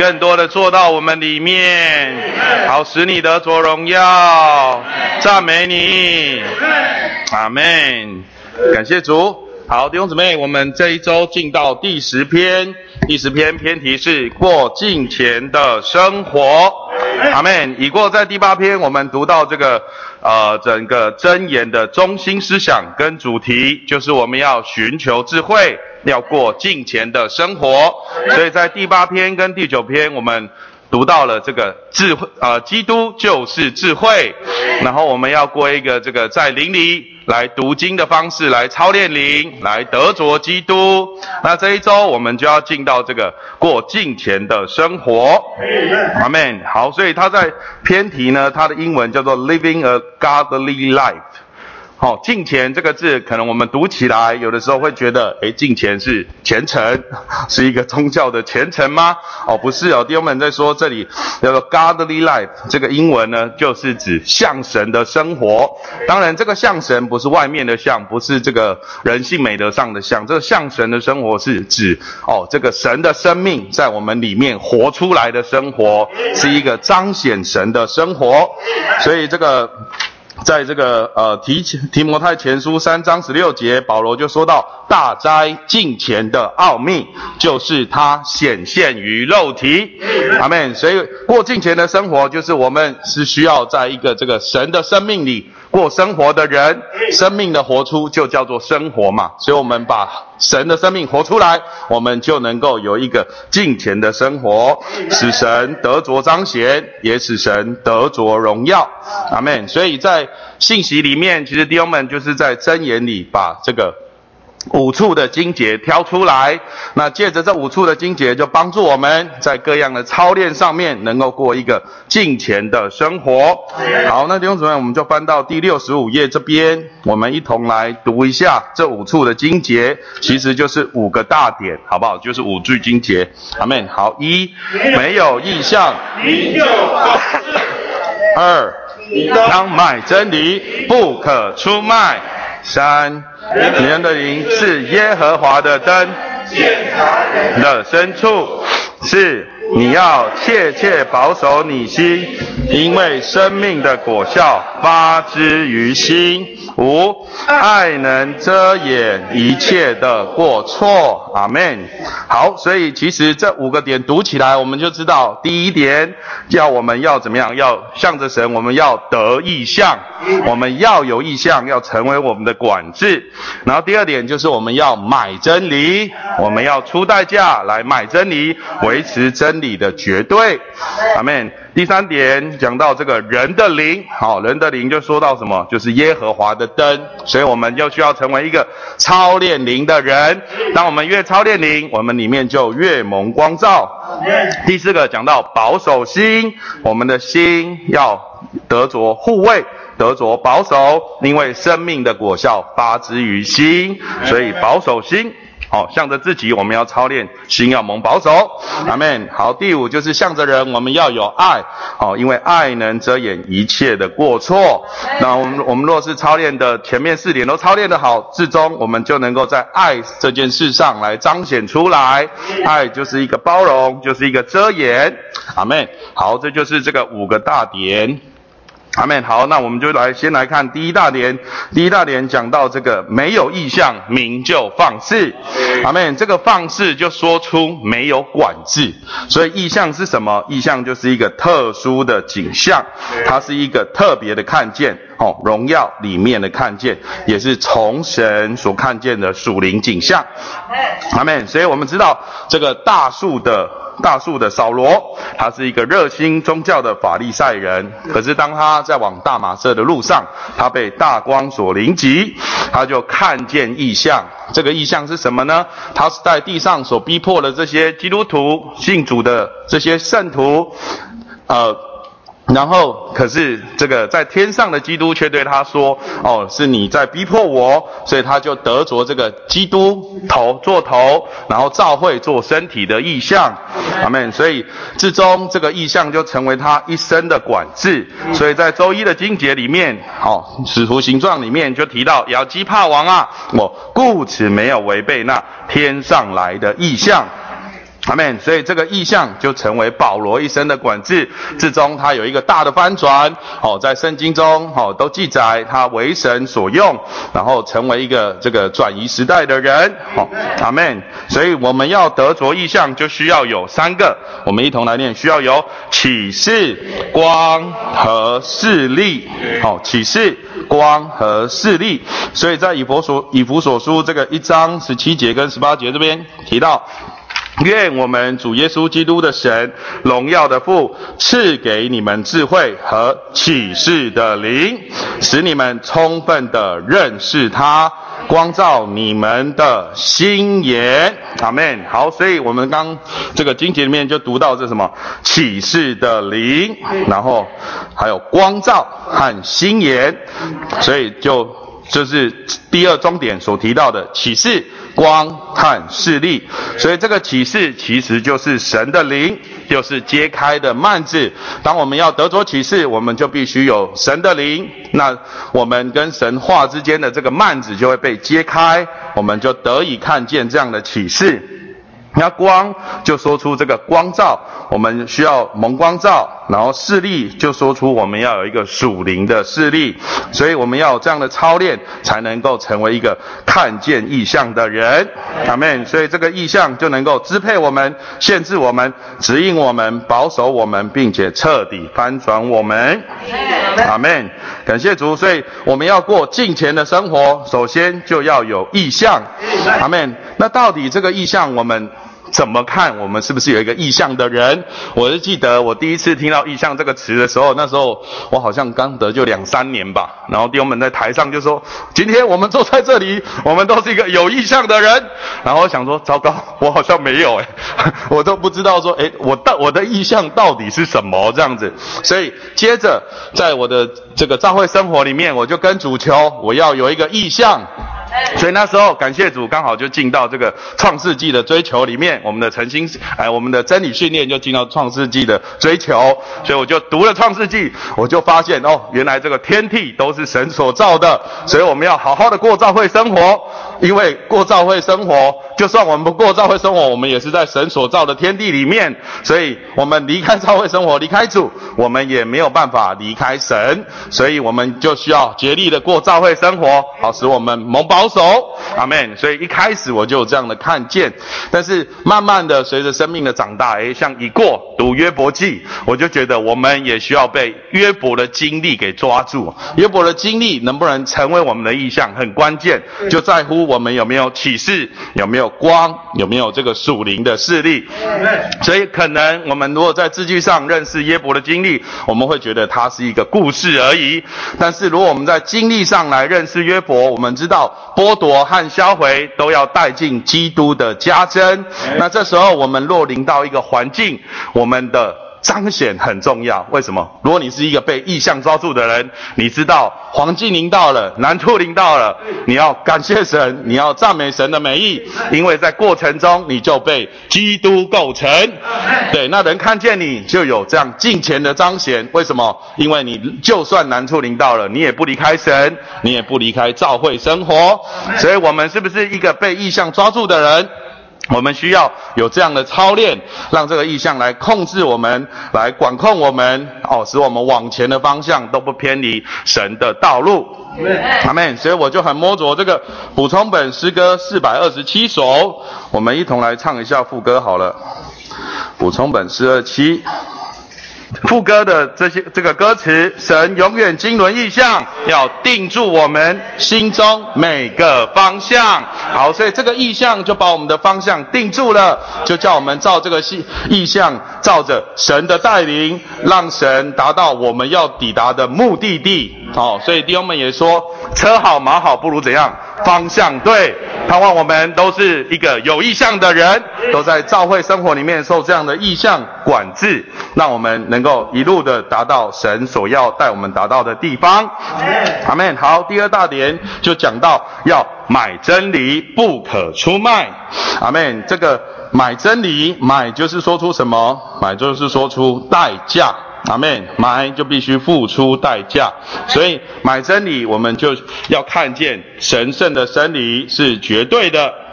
更多的做到我们里面，好使你得着荣耀。赞美你，阿们。感谢主。好，弟兄姊妹，我们这一周进到第10篇，第10篇篇题是过敬虔的生活。阿们。已过在第8篇，我们读到这个整个箴言的中心思想跟主题，就是我们要寻求智慧，要过敬虔的生活。所以在第8篇跟第9篇，我们读到了这个智慧，基督就是智慧，然后我们要过一个这个在灵里来读经的方式来操练灵，来得着基督。那这一周我们就要进到这个过敬虔的生活。阿们。好，所以他在篇题呢，他的英文叫做 Living a Godly Life。好，敬虔这个字，可能我们读起来有的时候会觉得，敬虔是虔诚，是一个宗教的虔诚吗？不是哦，弟兄们在说这里叫做 godly life， 这个英文呢，就是指像神的生活。当然，这个像神不是外面的像，不是这个人性美德上的像，这个像神的生活是指这个神的生命在我们里面活出来的生活，是一个彰显神的生活。所以这个在这个提摩太前书3章16节，保罗就说到大哉敬虔的奥秘，就是它显现于肉体。阿们。所以过敬虔的生活，就是我们是需要在一个这个神的生命里过生活的人，生命的活出就叫做生活嘛。所以我们把神的生命活出来，我们就能够有一个敬虔的生活，使神得着彰显，也使神得着荣耀。阿们。所以在信息里面，其实弟兄们就是在箴言里把这个5处的经节挑出来，那借着这5处的经节，就帮助我们在各样的操练上面能够过一个敬虔的生活。好，那弟兄姊妹，我们就翻到第65页这边，我们一同来读一下这5处的经节，其实就是5个大点，好不好？就是5句经节。阿们。好，1，没有异象；2，当买真理，不可出卖；3，你们的灵是耶和华的灯，的深处；4，你要切切保守你心，因为生命的果效发之于心。5，爱能遮掩一切的过错。阿们。好，所以其实这5个点读起来，我们就知道，第一点，我们要怎么样？要向着神，我们要得异象，我们要有异象，要成为我们的管制。然后第2点就是我们要买真理，我们要出代价来买真理，维持真理的绝对。阿们。第3点讲到这个人的灵，人的灵就说到什么？就是耶和华的灯，所以我们就需要成为一个操练灵的人。当我们越操练灵，我们里面就越蒙光照。第4个讲到保守心，我们的心要得着护卫，得着保守，因为生命的果效发之于心，所以保守心。向着自己，我们要操练心，要蒙保守。阿们。好，第5就是向着人，我们要有爱。因为爱能遮掩一切的过错。那我们若是操练的前面4点都操练得好，至终我们就能够在爱这件事上来彰显出来。爱就是一个包容，就是一个遮掩。阿们。好，这就是这个5个大点。阿们。好，那我们就先来看第1大点。第1大点讲到这个没有异象，民就放肆。阿们。这个放肆就说出没有管制。所以异象是什么？异象就是一个特殊的景象，它是一个特别的看见，荣耀里面的看见，也是从神所看见的属灵景象。阿们。所以我们知道这个大数的扫罗，他是一个热心宗教的法利赛人，可是当他在往大马色的路上，他被大光所临及，他就看见异象。这个异象是什么呢？他是在地上所逼迫的这些基督徒信主的这些圣徒，然后可是这个在天上的基督却对他说，是你在逼迫我，所以他就得着这个基督做头，然后教会做身体的异象。阿们。所以至终这个异象就成为他一生的管制。所以在周一的经节里面，使徒行传里面就提到，亚基帕王啊，我故此没有违背那天上来的异象。 阿们。所以这个意象就成为保罗一生的管制之中，他有一个大的翻转。在圣经中都记载他为神所用，然后成为一个这个转移时代的人。阿们。所以我们要得着意象，就需要有3个，我们一同来念，需要有启示、光和示力。启示、光和示力。所以在以弗所书这个1章17节跟18节这边提到，愿我们主耶稣基督的神，荣耀的父，赐给你们智慧和启示的灵，使你们充分的认识他，光照你们的心眼。阿们。好，所以我们刚这个经节里面就读到这什么启示的灵，然后还有光照和心眼，所以就是第2重点所提到的启示、光和示力。所以这个启示其实就是神的灵，就是揭开的幔子。当我们要得着启示，我们就必须有神的灵，那我们跟神话之间的这个幔子就会被揭开，我们就得以看见这样的启示。那光就说出这个光照，我们需要蒙光照，然后视力就说出我们要有一个属灵的视力，所以我们要有这样的操练，才能够成为一个看见异象的人。阿们。所以这个异象就能够支配我们，限制我们，指引我们，保守我们，并且彻底翻转我们。阿们。感谢主。所以我们要过敬虔的生活，首先就要有异象。阿们。那到底这个异象我们怎么看？我们是不是有一个异象的人？我是记得我第一次听到异象这个词的时候，那时候我好像刚得救2-3年吧，然后弟兄们在台上就说，今天我们坐在这里，我们都是一个有异象的人。然后我想说，糟糕，我好像没有我都不知道说我的异象到底是什么这样子。所以接着在我的这个教会生活里面，我就跟主求我要有一个异象。所以那时候感谢主，刚好就进到这个创世纪的追求里面，我们的我们的真理训练就进到创世纪的追求。所以我就读了创世纪，我就发现原来这个天地都是神所造的，所以我们要好好的过教会生活。因为过教会生活，就算我们不过教会生活，我们也是在神所造的天地里面，所以我们离开教会生活，离开主，我们也没有办法离开神，所以我们就需要竭力的过教会生活，好使我们蒙保守。阿们。所以一开始我就有这样的看见，但是慢慢的随着生命的长大，像已过读约伯记，我就觉得我们也需要被约伯的经历给抓住。约伯的经历能不能成为我们的意象，很关键，就在乎我们有没有启示，有没有光，有没有这个属灵的视力。所以可能我们如果在字句上认识约伯的经历，我们会觉得它是一个故事而已。但是如果我们在经历上来认识约伯，我们知道剥夺和销毁都要带进基督的加增。那这时候我们若临到一个环境，我们的彰显很重要。为什么？如果你是一个被异象抓住的人，你知道黄金临到了，难处临到了，你要感谢神，你要赞美神的美意，因为在过程中你就被基督构成。对，那人看见你就有这样敬虔的彰显。为什么？因为你就算难处临到了，你也不离开神，你也不离开教会生活。所以我们是不是一个被异象抓住的人？我们需要有这样的操练，让这个意象来控制我们，来管控我们，使我们往前的方向都不偏离神的道路。阿们。所以我就很摸着这个补充本诗歌427首，我们一同来唱一下副歌好了。补充本427。副歌的这个歌词，神永远经纶意象，要定住我们心中每个方向。好，所以这个意象就把我们的方向定住了，就叫我们照这个意象，照着神的带领，让神达到我们要抵达的目的地。所以弟兄们也说，车好马好不如怎样？方向对。盼望我们都是一个有意象的人，都在教会生活里面受这样的意象管制，让我们能够一路的达到神所要带我们达到的地方。阿们。好，第二大点就讲到要买真理，不可出卖。阿们。这个买真理，买就是说出什么？买就是说出代价。阿们。买就必须付出代价，所以买真理我们就要看见神圣的真理是绝对的，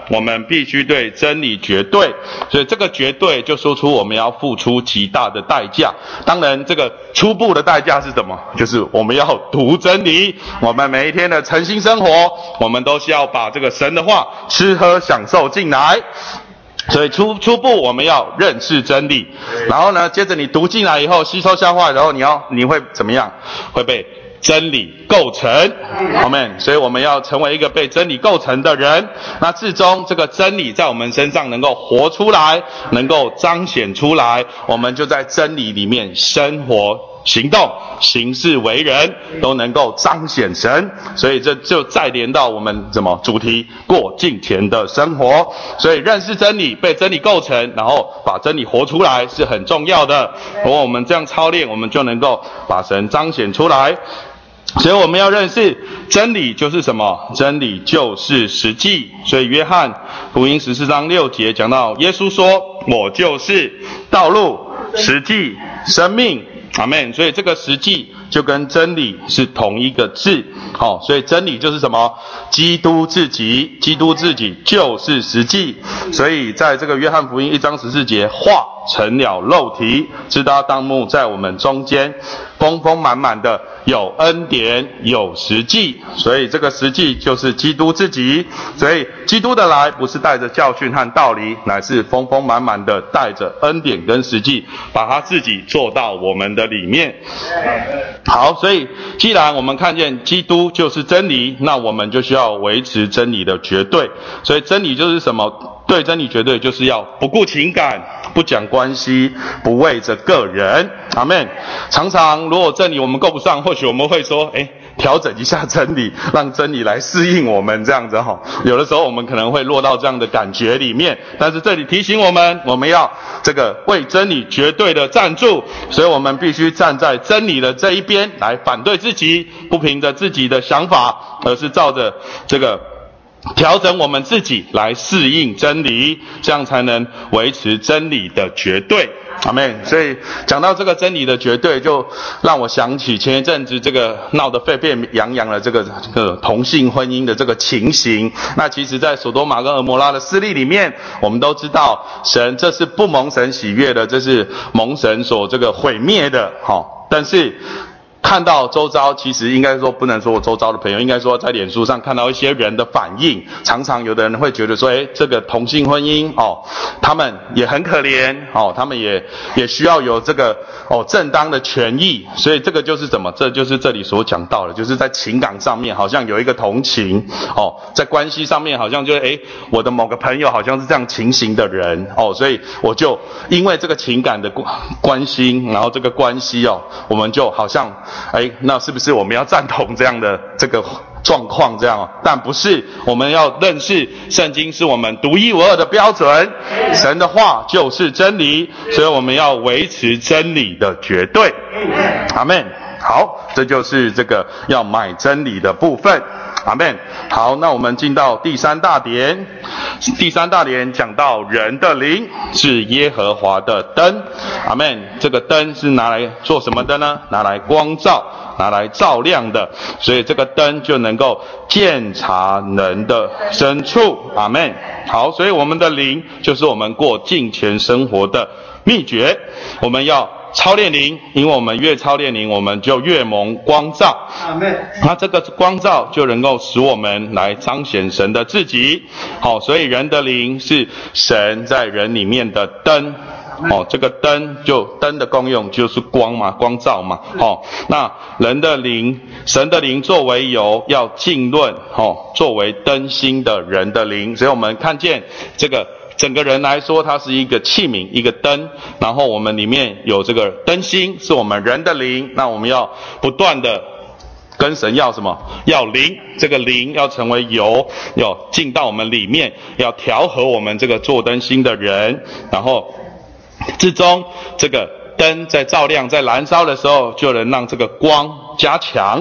我们必须对真理绝对，所以这个绝对就说出我们要付出极大的代价。当然这个初步的代价是什么？就是我们要读真理，我们每一天的诚心生活，我们都是要把这个神的话吃喝享受进来。所以初步我们要认识真理，然后呢，接着你读进来以后，吸收消化，然后你会怎么样？会被真理构成，阿们。所以我们要成为一个被真理构成的人。那至终这个真理在我们身上能够活出来，能够彰显出来，我们就在真理里面生活、行动、行事为人，都能够彰显神。所以这就再连到我们什么主题？过敬虔的生活。所以认识真理，被真理构成，然后把真理活出来是很重要的。如果我们这样操练，我们就能够把神彰显出来。所以我们要认识真理就是什么？真理就是实际。所以约翰福音14章6节讲到，耶稣说：“我就是道路、实际、生命。”阿们。所以这个实际就跟真理是同一个字。好，所以真理就是什么？基督自己，基督自己就是实际。所以在这个约翰福音1章14节，话成了肉体，直到当幕在我们中间，丰丰满满的有恩典有实际。所以这个实际就是基督自己。所以基督的来不是带着教训和道理，乃是丰丰满满的带着恩典跟实际，把他自己做到我们的里面。好，所以既然我们看见基督就是真理，那我们就需要维持真理的绝对。所以真理就是什么？对真理绝对就是要不顾情感，不讲关系，不为着个人。阿们。常常如果真理我们够不上，或许我们会说，调整一下真理，让真理来适应我们这样子哈。有的时候我们可能会落到这样的感觉里面，但是这里提醒我们，我们要这个为真理绝对的站住，所以我们必须站在真理的这一边来反对自己，不凭着自己的想法，而是照着这个调整我们自己来适应真理，这样才能维持真理的绝对。阿们。所以讲到这个真理的绝对，就让我想起前一阵子这个闹得沸沸扬扬的这个同性婚姻的这个情形。那其实在所多玛跟蛾摩拉的事例里面，我们都知道神这是不蒙神喜悦的，这是蒙神所这个毁灭的。但是看到周遭，其实应该说不能说我周遭的朋友，应该说在脸书上看到一些人的反应，常常有的人会觉得说，这个同性婚姻他们也很可怜他们也需要有这个正当的权益。所以这个就是什么？这就是这里所讲到的，就是在情感上面好像有一个同情在关系上面好像就是我的某个朋友好像是这样情形的人所以我就因为这个情感的关心，然后这个关系我们就好像那是不是我们要赞同这样的这个状况这样但不是，我们要认识圣经是我们独一无二的标准，神的话就是真理，所以我们要维持真理的绝对。阿们。好，这就是这个要买真理的部分。阿们。好，那我们进到第三大点。第三大点讲到人的灵是耶和华的灯。阿们。这个灯是拿来做什么的呢？拿来光照，拿来照亮的。所以这个灯就能够鉴察人的深处。阿们。好，所以我们的灵就是我们过敬虔生活的秘诀。我们要操练灵，因为我们越操练灵，我们就越蒙光照。那这个光照就能够使我们来彰显神的自己。好，所以人的灵是神在人里面的灯。这个灯的功用就是光嘛，光照嘛。那人的灵，神的灵作为油，要浸润作为灯芯的人的灵。所以我们看见这个整个人来说，它是一个器皿，一个灯，然后我们里面有这个灯芯，是我们人的灵。那我们要不断的跟神要什么？要灵，这个灵要成为油，要进到我们里面，要调和我们这个做灯芯的人，然后至终这个灯在照亮在燃烧的时候，就能让这个光加强。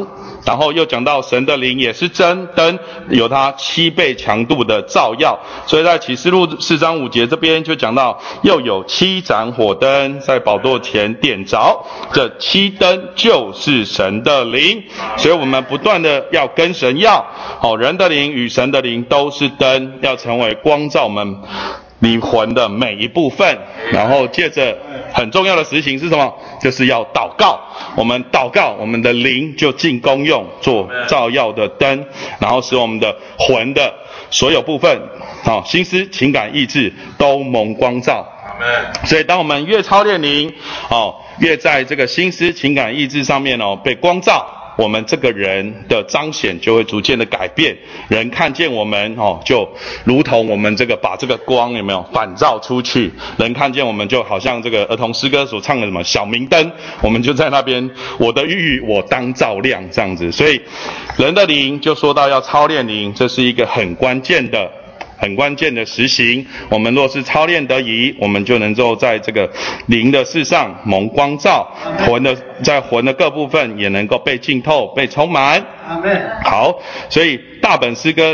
然后又讲到神的灵也是灯，有它7倍强度的照耀，所以在启示录4章5节这边就讲到，又有7盏火灯在宝座前点着，这7灯就是神的灵，所以我们不断的要跟神要，人的灵与神的灵都是灯，要成为光照我们灵魂的每一部分。然后接着很重要的实行是什么？就是要祷告，我们祷告，我们的灵就进功用，做照耀的灯，然后使我们的魂的所有部分，心思情感意志都蒙光照。所以当我们越操练灵，越在这个心思情感意志上面被光照，我们这个人的彰显就会逐渐的改变，人看见我们就如同我们这个把这个光有没有反照出去，人看见我们就好像这个儿童诗歌所唱的什么小明灯，我们就在那边，我的玉我当照亮这样子。所以人的灵就说到要操练灵，这是一个很关键的实行。我们若是操练得宜，我们就能够在这个灵的事上蒙光照，在魂的各部分也能够被浸透被充满。好，所以大本诗歌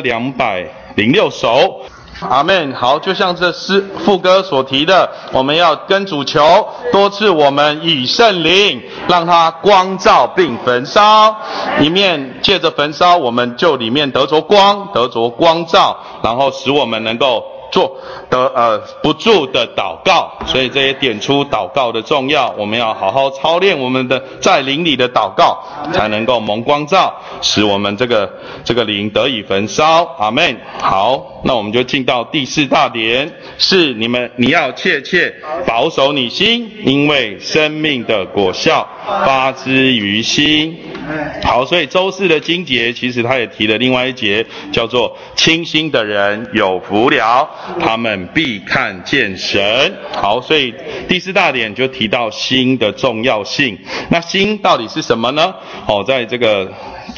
206首，阿们。好，就像这副歌所提的，我们要跟主求，多赐我们以圣灵，让它光照并焚烧，一面借着焚烧，我们就里面得着光，得着光照，然后使我们能够做不住的祷告。所以这也点出祷告的重要，我们要好好操练我们的在灵里的祷告，才能够蒙光照，使我们这个灵得以焚烧。阿们。好，那我们就进到第4大点，是你要切切保守你心，因为生命的果效发之于心。好，所以周4的经节其实他也提了另外一节，叫做清心的人有福了，他们必看见神。好，所以第4大点就提到心的重要性。那心到底是什么呢？在这个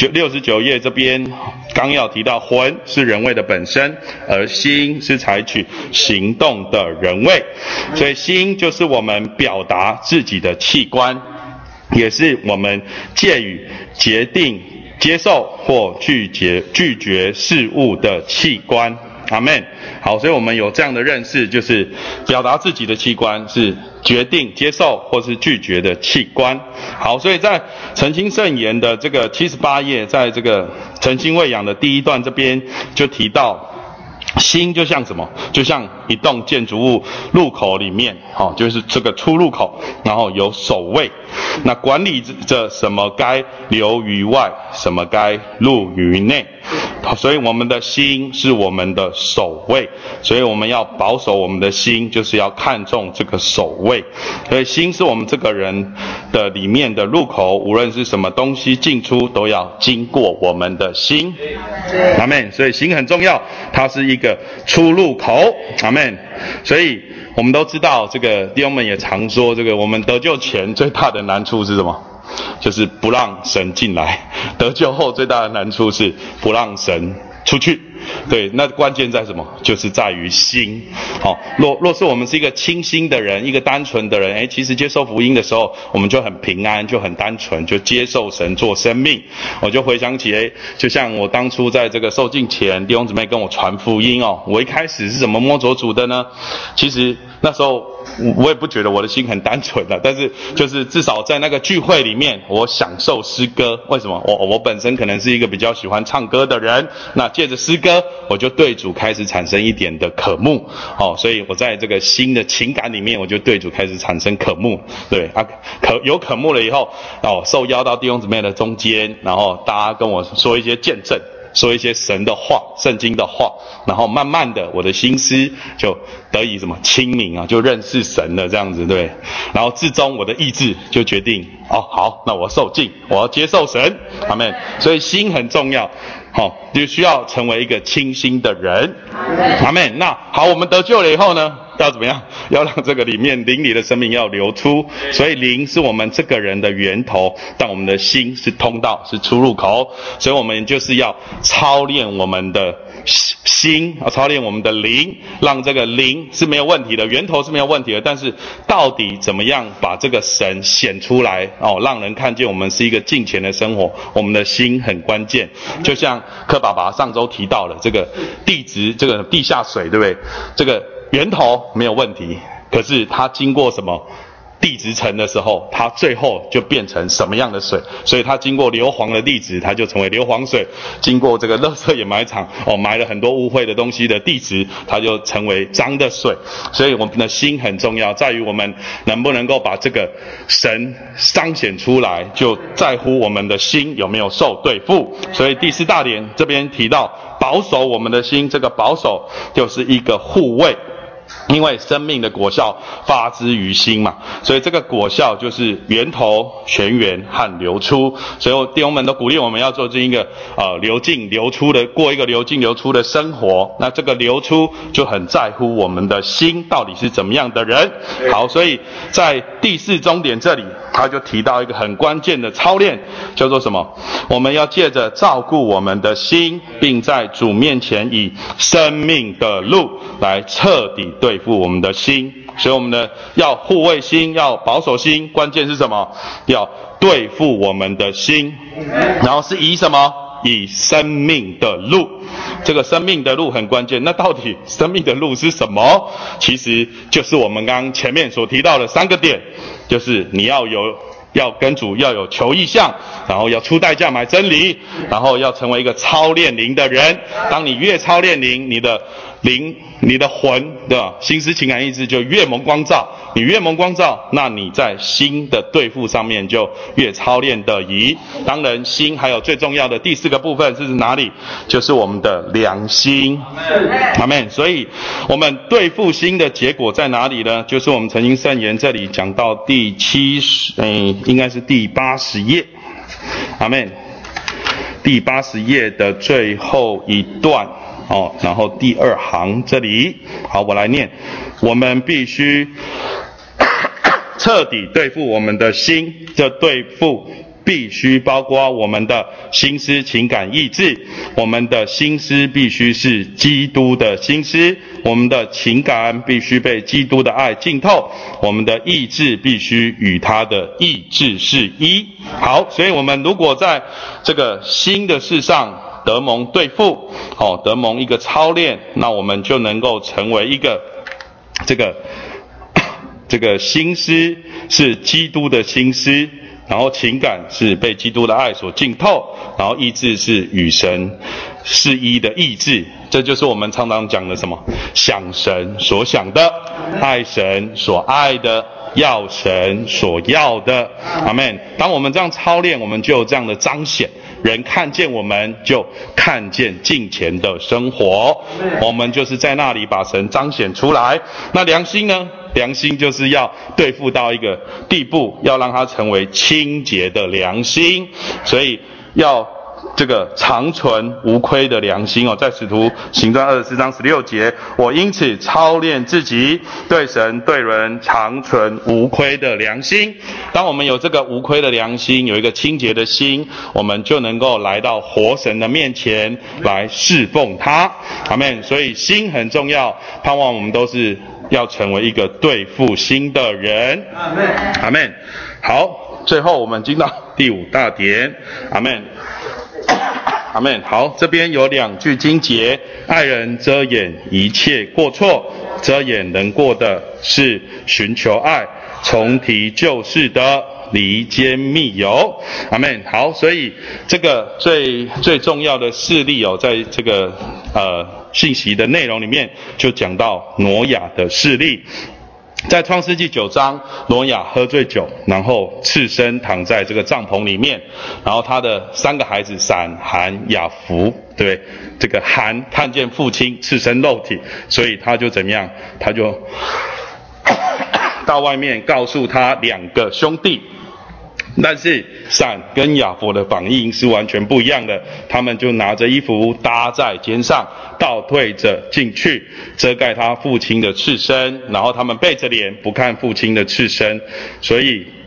69页这边纲要提到，魂是人位的本身，而心是采取行动的人位。所以心就是我们表达自己的器官，也是我们介于决定接受或拒绝事物的器官。阿们。好，所以我们有这样的认识，就是表达自己的器官是决定接受或是拒绝的器官。好，所以在澄清圣言的这个78页，在这个澄清喂养的第1段这边就提到，心就像什么？就像一栋建筑物入口里面，就是这个出入口，然后有守卫，那管理着什么该流于外，什么该入于内。所以我们的心是我们的守卫，所以我们要保守我们的心，就是要看重这个守卫。所以心是我们这个人的里面的入口，无论是什么东西进出，都要经过我们的心。阿们。所以心很重要，它是一个出入口。阿们。所以我们都知道，这个弟兄们也常说，这个我们得救前最大的难处是什么？就是不让神进来。得救后最大的难处是不让神出去。对，那关键在什么？就是在于心。若是我们是一个清心的人，一个单纯的人，其实接受福音的时候，我们就很平安，就很单纯，就接受神做生命。我就回想起，就像我当初在这个受浸前，弟兄姊妹跟我传福音我一开始是怎么摸着主的呢？其实那时候我也不觉得我的心很单纯的，但是就是至少在那个聚会里面，我享受诗歌。为什么？我本身可能是一个比较喜欢唱歌的人，那借着诗歌，我就对主开始产生一点的渴慕。所以我在这个心的情感里面，我就对主开始产生渴慕。对啊，有渴慕了以后，受邀到弟兄姊妹的中间，然后大家跟我说一些见证，说一些神的话，圣经的话，然后慢慢的我的心思就得以什么清明就认识神了这样子。对，然后至终我的意志就决定好，那我受浸，我要接受神。阿们。所以心很重要，就需要成为一个清心的人。阿们。那好，我们得救了以后呢，要怎么样？要让这个里面灵里的生命要流出。所以灵是我们这个人的源头，但我们的心是通道，是出入口。所以我们就是要操练我们的心，操练我们的灵，让这个灵是没有问题的，源头是没有问题的。但是到底怎么样把这个神显出来让人看见我们是一个敬虔的生活，我们的心很关键。就像柯爸爸上周提到了这个地质，这个地下水，对不对？这个源头没有问题，可是它经过什么地质层的时候，它最后就变成什么样的水？所以它经过硫磺的地质，它就成为硫磺水；经过这个垃圾掩埋场埋了很多污秽的东西的地质，它就成为脏的水。所以我们的心很重要，在于我们能不能够把这个神彰显出来，就在乎我们的心有没有受对付。所以第4大点这边提到保守我们的心，这个保守就是一个护卫。因为生命的果效发之于心嘛，所以这个果效就是源头、泉源和流出。所以弟兄们都鼓励我们要做这一个流进流出的，过一个流进流出的生活。那这个流出就很在乎我们的心到底是怎么样的人。好，所以在第4终点这里，他就提到一个很关键的操练，叫做什么？我们要借着照顾我们的心，并在主面前以生命的路来彻底对付我们的心。所以我们呢要护卫心，要保守心，关键是什么？要对付我们的心，然后是以什么？以生命的路。这个生命的路很关键。那到底生命的路是什么？其实就是我们刚刚前面所提到的3个点，就是你要跟主要有求意向，然后要出代价买真理，然后要成为一个操练灵的人。当你越操练灵，你的灵、你的魂，对吧？心思情感意志就越蒙光照。你越蒙光照，那你在心的对付上面就越操练得宜。当然，心还有最重要的第4个部分是哪里？就是我们的良心。阿们。所以我们对付心的结果在哪里呢？就是我们曾经圣言这里讲到第应该是第80页。阿们。第80页的最后一段然后第2行这里，好，我来念。我们必须彻底对付我们的心，这对付必须包括我们的心思、情感、意志。我们的心思必须是基督的心思，我们的情感必须被基督的爱浸透，我们的意志必须与他的意志是一。好，所以我们如果在这个心的事上得蒙对付，得蒙一个操练，那我们就能够成为一个这个心思是基督的心思，然后情感是被基督的爱所浸透，然后意志是与神是一的意志。这就是我们常常讲的什么？想神所想的，爱神所爱的，要神所要的。阿们。当我们这样操练，我们就有这样的彰显，人看见我们就看见敬虔的生活，我们就是在那里把神彰显出来。那良心呢？良心就是要对付到一个地步，要让它成为清洁的良心。所以要这个长存无亏的良心在使徒行传24章16节，我因此操练自己，对神对人长存无亏的良心。当我们有这个无亏的良心，有一个清洁的心，我们就能够来到活神的面前来侍奉他。阿们。所以心很重要，盼望我们都是要成为一个对付心的人。阿们。阿们。好，最后我们进到第5大点。阿们。阿们。好，这边有2句经节，爱人遮掩一切过错，遮掩人过的是寻求爱，重提旧事的离间密友。阿们。好，所以这个最重要的事例在这个信息的内容里面就讲到挪亚的事例。在创世纪9章，挪亚喝醉酒，然后赤身躺在这个帐篷里面，然后他的3个孩子闪、含、雅弗，对不对？这个含看见父亲赤身肉体，所以他就怎么样？他就到外面告诉他2个兄弟。但是闪跟雅弗的反应是完全不一样的，他们就拿着衣服搭在肩上，倒退着进去，遮盖他父亲的赤身，然后他们背着脸不看父亲的赤身。所以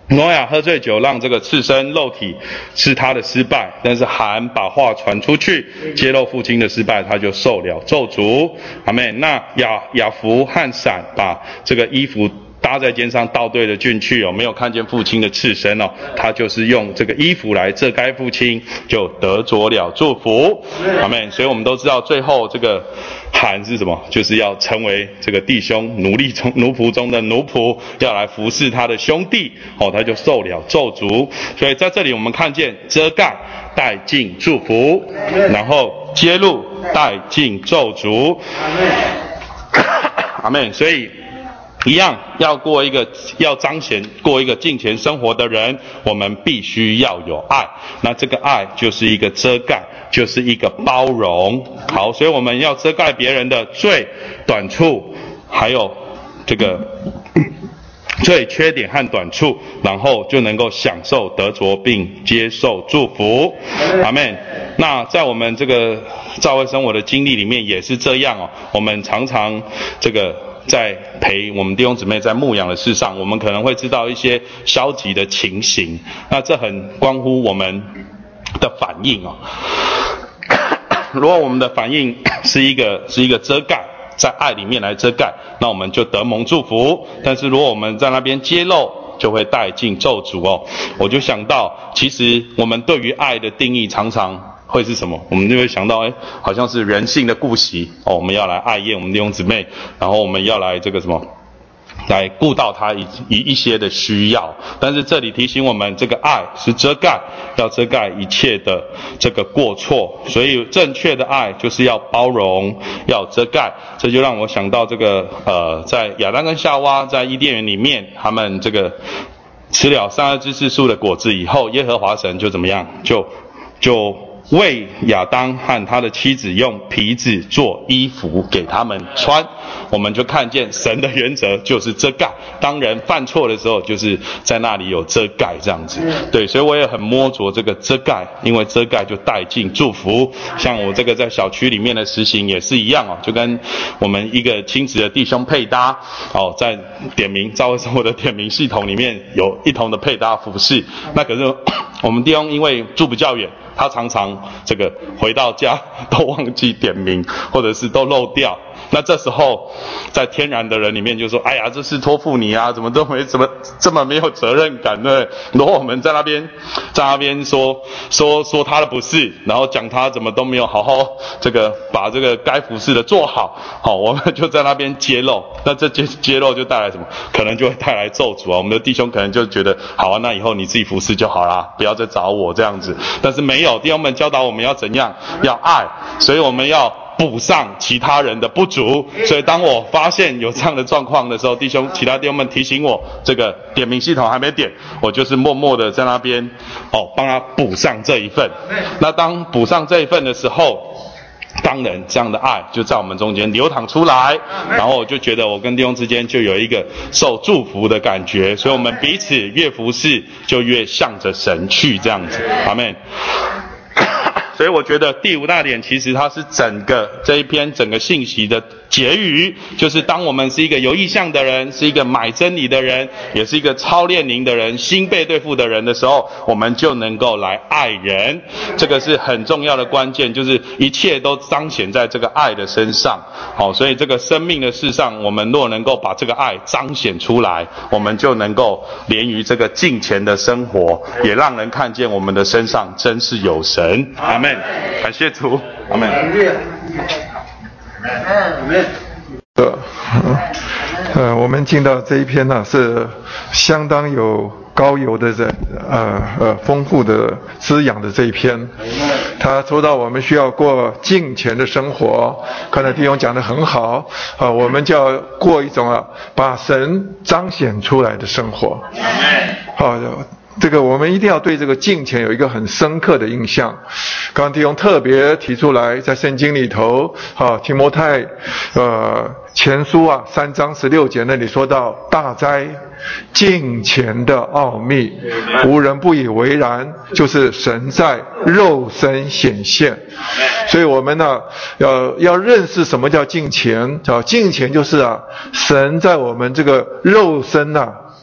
挪亚喝醉酒，让这个赤身肉体是他的失败，但是含把话传出去，揭露父亲的失败，他就受了咒诅。阿们。那亚弗和闪把这个衣服搭在肩上倒对着进去没有看见父亲的赤身他就是用这个衣服来遮盖父亲，就得着了祝福。阿们。所以我们都知道最后这个喊是什么，就是要成为这个弟兄奴仆中的奴仆，要来服侍他的兄弟他就受了咒诅。所以在这里我们看见遮盖带进祝福，然后揭露带进咒诅。阿们。所以一样要彰显过一个敬虔生活的人，我们必须要有爱。那这个爱就是一个遮盖，就是一个包容。好，所以我们要遮盖别人的罪、短处，还有这个罪、缺点和短处，然后就能够享受得着并接受祝福。阿们。那在我们这个教会生活的经历里面也是这样我们常常这个在陪我们弟兄姊妹在牧养的事上，我们可能会知道一些消极的情形，那这很关乎我们的反应如果我们的反应是一个遮盖，在爱里面来遮盖，那我们就得蒙祝福。但是如果我们在那边揭露，就会带进咒诅我就想到，其实我们对于爱的定义常常会是什么？我们就会想到好像是人性的顾惜我们要来爱厌我们弟兄姊妹，然后我们要来这个什么，来顾到他一些的需要。但是这里提醒我们，这个爱是遮盖，要遮盖一切的这个过错。所以正确的爱就是要包容，要遮盖。这就让我想到这个在亚当跟夏娃在伊甸园里面，他们这个吃了善恶知识树的果子以后，耶和华神就怎么样？就为亚当和他的妻子用皮子做衣服给他们穿。我们就看见神的原则就是遮盖，当人犯错的时候，就是在那里有遮盖这样子。对，所以我也很摸着这个遮盖，因为遮盖就带进祝福。像我这个在小区里面的实行也是一样就跟我们一个亲子的弟兄配搭在点名教会生活的点名系统里面有一同的配搭服事。那可是我们弟兄因为住比较远，他常常这个回到家都忘记点名，或者是都漏掉。那这时候在天然的人里面就说，哎呀，这事托付你怎么都没怎么这么没有责任感，对不对？然后我们在那边说他的不是，然后讲他怎么都没有好好这个把这个该服侍的做好，我们就在那边揭露。那这揭露就带来什么？可能就会带来咒诅我们的弟兄可能就觉得，好那以后你自己服侍就好啦，不要再找我这样子。但是没有，弟兄们教导我们要怎样？要爱，所以我们要补上其他人的不足。所以当我发现有这样的状况的时候，其他弟兄们提醒我这个点名系统还没点，我就是默默的在那边帮他补上这一份。那当补上这一份的时候，当然这样的爱就在我们中间流淌出来，然后我就觉得我跟弟兄之间就有一个受祝福的感觉。所以我们彼此越服侍就越向着神去这样子。阿们。所以我觉得第五大点其实它是整个这一篇整个信息的结语，就是当我们是一个有意向的人，是一个买真理的人，也是一个操练灵的人，心被对付的人的时候，我们就能够来爱人。这个是很重要的关键，就是一切都彰显在这个爱的身上。所以这个生命的事上，我们若能够把这个爱彰显出来，我们就能够连于这个敬虔的生活，也让人看见我们的身上真是有神。阿们。感谢主。阿们。 我们进到这一篇呢，是相当有高油的丰富的滋养的这一篇。他说到我们需要过敬虔的生活，刚才弟兄讲得很好我们就要过一种把神彰显出来的生活。这个我们一定要对这个敬虔有一个很深刻的印象。刚刚弟兄特别提出来，在圣经里头提摩太前书3章16节那里说到，大哉敬虔的奥秘，无人不以为然，就是神在肉身显现。所以我们呢要认识什么叫敬虔敬虔就是神在我们这个肉身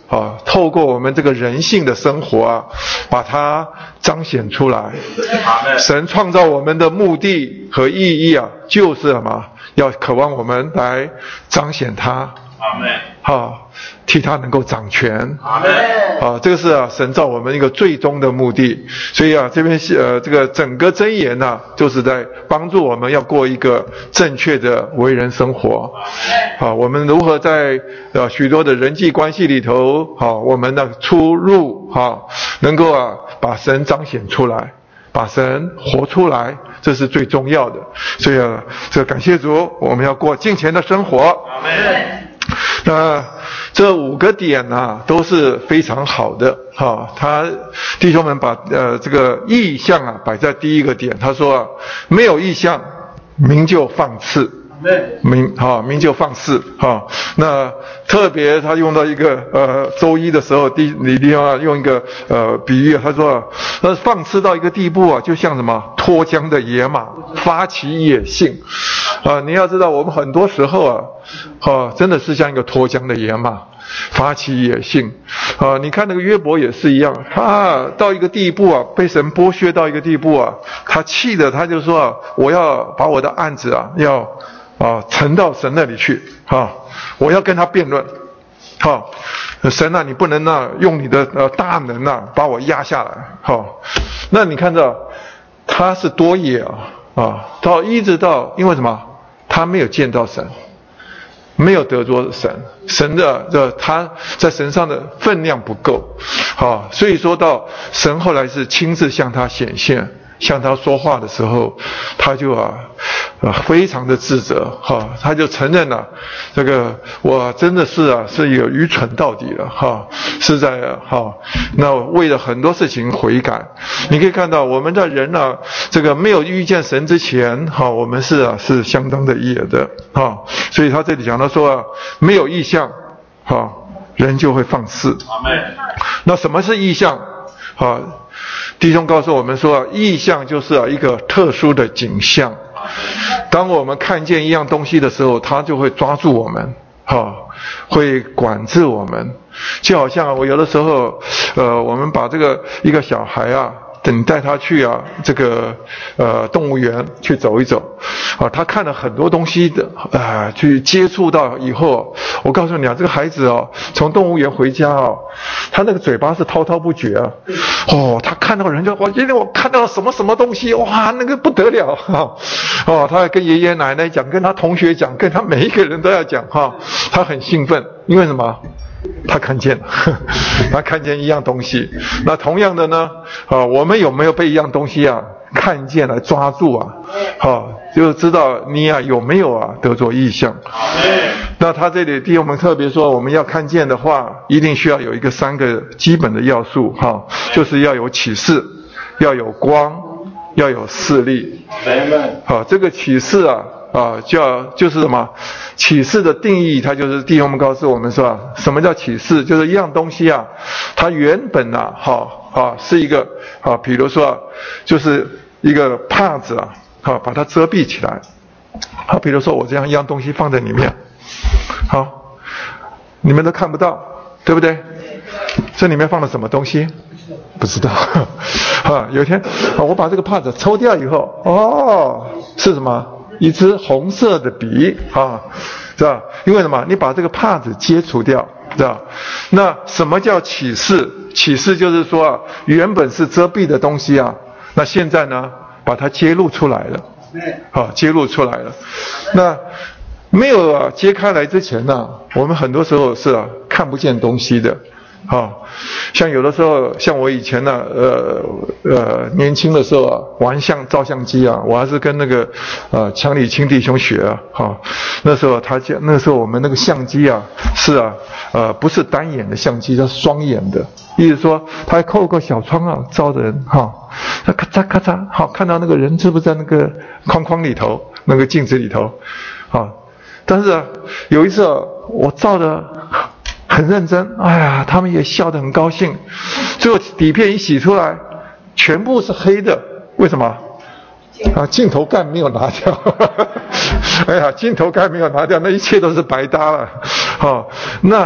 透过我们这个人性的生活啊，把它彰显出来。神创造我们的目的和意义啊，就是什么？要渴望我们来彰显它。替他能够掌权。这个是神造我们一个最终的目的。所以这边这个整个箴言呢，就是在帮助我们要过一个正确的为人生活。我们如何在许多的人际关系里头，我们的出入能够把神彰显出来，把神活出来，这是最重要的。所以这感谢主，我们要过敬虔的生活。那这5个点呢，都是非常好的。弟兄们把这个意象摆在第一个点。他说没有意象，民就放肆。民就放肆。那特别他用到一个周一的时候，地方用一个比喻，他说放肆到一个地步就像什么脱缰的野马，发起野性。你要知道，我们很多时候真的是像一个脱缰的野马，发起野性。你看那个约伯也是一样，他到一个地步被神剥削到一个地步他气的他就说我要把我的案子要呈到神那里去。我要跟他辩论。神你不能用你的大能把我压下来。那你看到他是多野一直到因为什么？他没有见到神，没有得着神，神的他在神上的分量不够。所以说到神后来是亲自向他显现，向他说话的时候，他就非常的自责。他就承认了这个我真的是一个愚蠢到底了。是在那为了很多事情悔改。你可以看到我们的人这个没有遇见神之前我们是相当的野的。所以他这里讲到说没有异象人就会放肆。那什么是异象？弟兄告诉我们说异象就是一个特殊的景象。当我们看见一样东西的时候，它就会抓住我们，会管制我们。就好像我有的时候我们把这个一个小孩等带他去这个动物园去走一走他看了很多东西的去接触到以后，我告诉你这个孩子从动物园回家他那个嘴巴是滔滔不绝他看到人就今天我看到什么什么东西，哇，那个不得了他还跟爷爷奶奶讲，跟他同学讲，跟他每一个人都要讲他很兴奋，因为什么？他看见了，他看见一样东西。那同样的呢，我们有没有被一样东西看见来抓住就知道你有没有得着异象。那他这里弟兄们特别说，我们要看见的话，一定需要有一个3个基本的要素就是要有启示，要有光，要有视力。这个启示就是什么？启示的定义，它就是弟兄们告诉我们说什么叫启示？就是一样东西它原本是一个比如说就是一个帕子把它遮蔽起来。比如说我这样一样东西放在里面，你们都看不到，对不对？这里面放了什么东西？不知道。有一天我把这个帕子抽掉以后，是什么？一支红色的笔是吧？因为什么？你把这个帕子揭除掉，知道？那什么叫启示？启示就是说原本是遮蔽的东西那现在呢把它揭露出来了。揭露出来了。那没有揭开来之前我们很多时候是看不见东西的。像有的时候，像我以前年轻的时候玩照相机我还是跟那个强理清弟兄学那时候那时候我们那个相机是不是单眼的相机，是双眼的，意思说他还扣个小窗照着人他咔嚓咔嚓看到那个人是不是在那个框里头，那个镜子里头但是有一次我照的很认真，他们也笑得很高兴。最后底片一洗出来，全部是黑的，为什么？镜头盖没有拿掉。镜头盖没有拿掉，那一切都是白搭了。那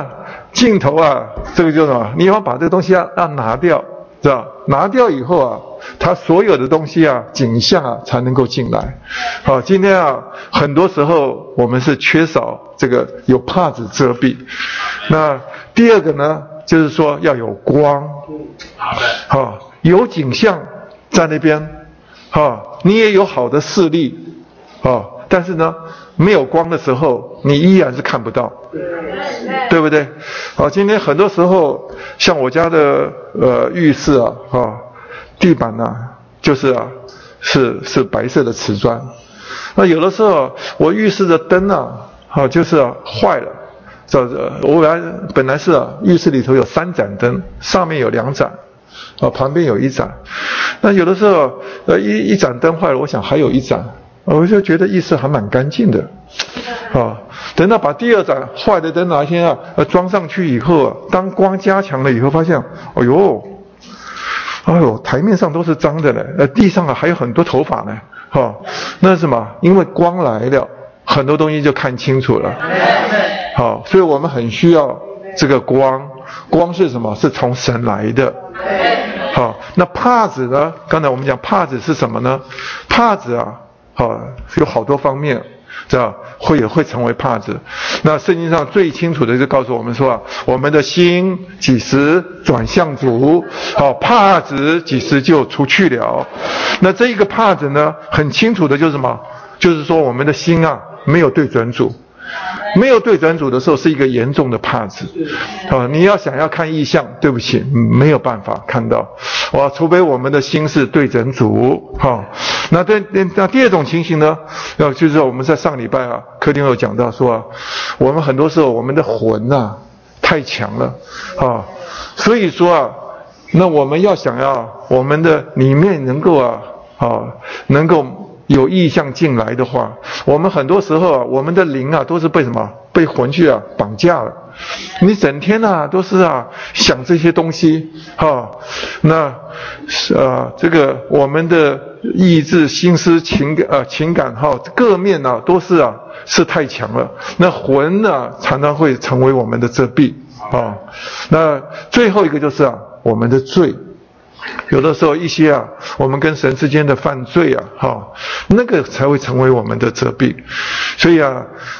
镜头啊，这个就是什么？你要把这个东西要拿掉，知道？拿掉以后啊，它所有的东西啊，景象啊，才能够进来。好，今天啊，很多时候我们是缺少这个有帕子遮蔽。那第二个呢，就是说要有光。好，有景象在那边，好，你也有好的视力，好，但是呢，没有光的时候，你依然是看不到，对不对？好，今天很多时候，像我家的浴室啊，地板啊，就是啊，是白色的瓷砖。那有的时候我浴室的灯啊，就是啊坏了。我本来是浴室里头有3盏灯，上面有2盏，旁边有1盏。那有的时候一盏灯坏了，我想还有1盏，我就觉得浴室还蛮干净的。等到把第2盏坏的灯哪一天装上去以后当光加强了以后，发现哎呦，台面上都是脏的了，地上还有很多头发呢。那是什么？因为光来了，很多东西就看清楚了。好，所以我们很需要这个光。光是什么？是从神来的。好，那帕子呢？刚才我们讲帕子是什么呢？帕子有好多方面，知道也会成为帕子。那圣经上最清楚的就告诉我们说我们的心几时转向主，帕子几时就出去了。那这一个帕子呢，很清楚的就是什么？就是说我们的心没有对准主。没有对准主的时候是一个严重的帕子。你要想要看异象，对不起，没有办法看到。除非我们的心是对准主。那第二种情形呢，就是我们在上礼拜课厅有讲到说我们很多时候我们的魂太强了所以说那我们要想要我们的里面能够能够有意象进来的话，我们很多时候我们的灵都是被什么？被魂去绑架了。你整天都是想这些东西那这个我们的意志、心思、情感各面都是太强了。那魂常常会成为我们的遮蔽那最后一个就是我们的罪。有的时候一些我们跟神之间的犯罪那个才会成为我们的遮蔽。所以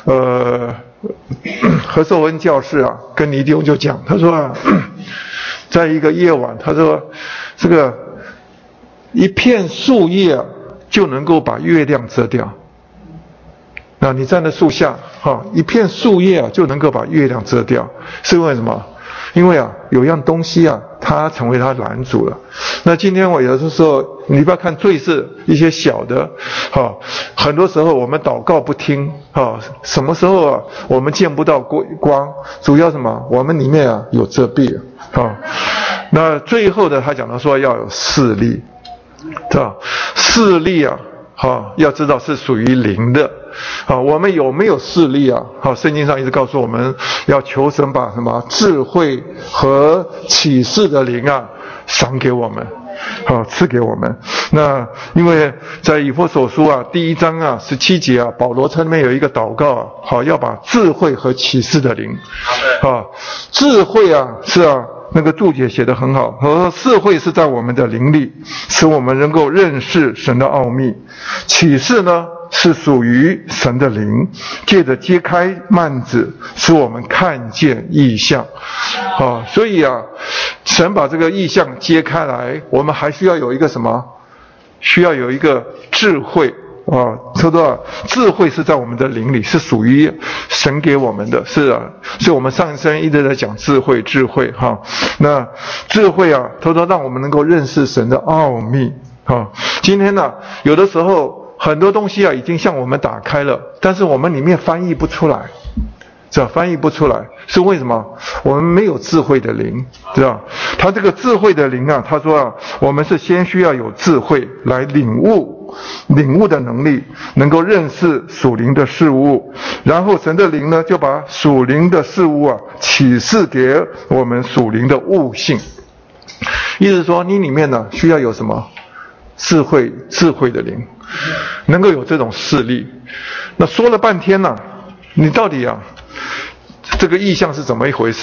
何寿恩教士跟尼弟兄就讲，他说在一个夜晚，他说这个一片树叶就能够把月亮遮掉。那你站在树下一片树叶就能够把月亮遮掉，是为什么？因为有样东西它成为它拦阻了。那今天我有的时候，你不要看罪是一些小的很多时候我们祷告不听什么时候我们见不到光，主要什么？我们里面有遮蔽那最后的他讲到说要有视力，知道视力要知道是属于灵的我们有没有视力圣经上一直告诉我们要求神把什么智慧和启示的灵赏给我们赐给我们。那因为在以弗所书第1章17节保罗在那边有一个祷告要把智慧和启示的灵智慧是那个注解写得很好，和智慧是在我们的灵里，使我们能够认识神的奥秘。启示呢是属于神的灵，借着揭开幔子，使我们看见异象所以神把这个异象揭开来，我们还需要有一个什么？需要有一个智慧说到智慧是在我们的灵里，是属于神给我们的，所以我们上一生一直在讲智慧那智慧他说让我们能够认识神的奥秘今天有的时候很多东西已经向我们打开了，但是我们里面翻译不出来，翻译不出来，是为什么？我们没有智慧的灵，知道？他这个智慧的灵他说我们是先需要有智慧来领悟的能力，能够认识属灵的事物，然后神的灵呢就把属灵的事物启示给我们属灵的悟性。意思说你里面需要有什么？智慧的灵，能够有这种视力。那说了半天你到底这个意象是怎么一回事？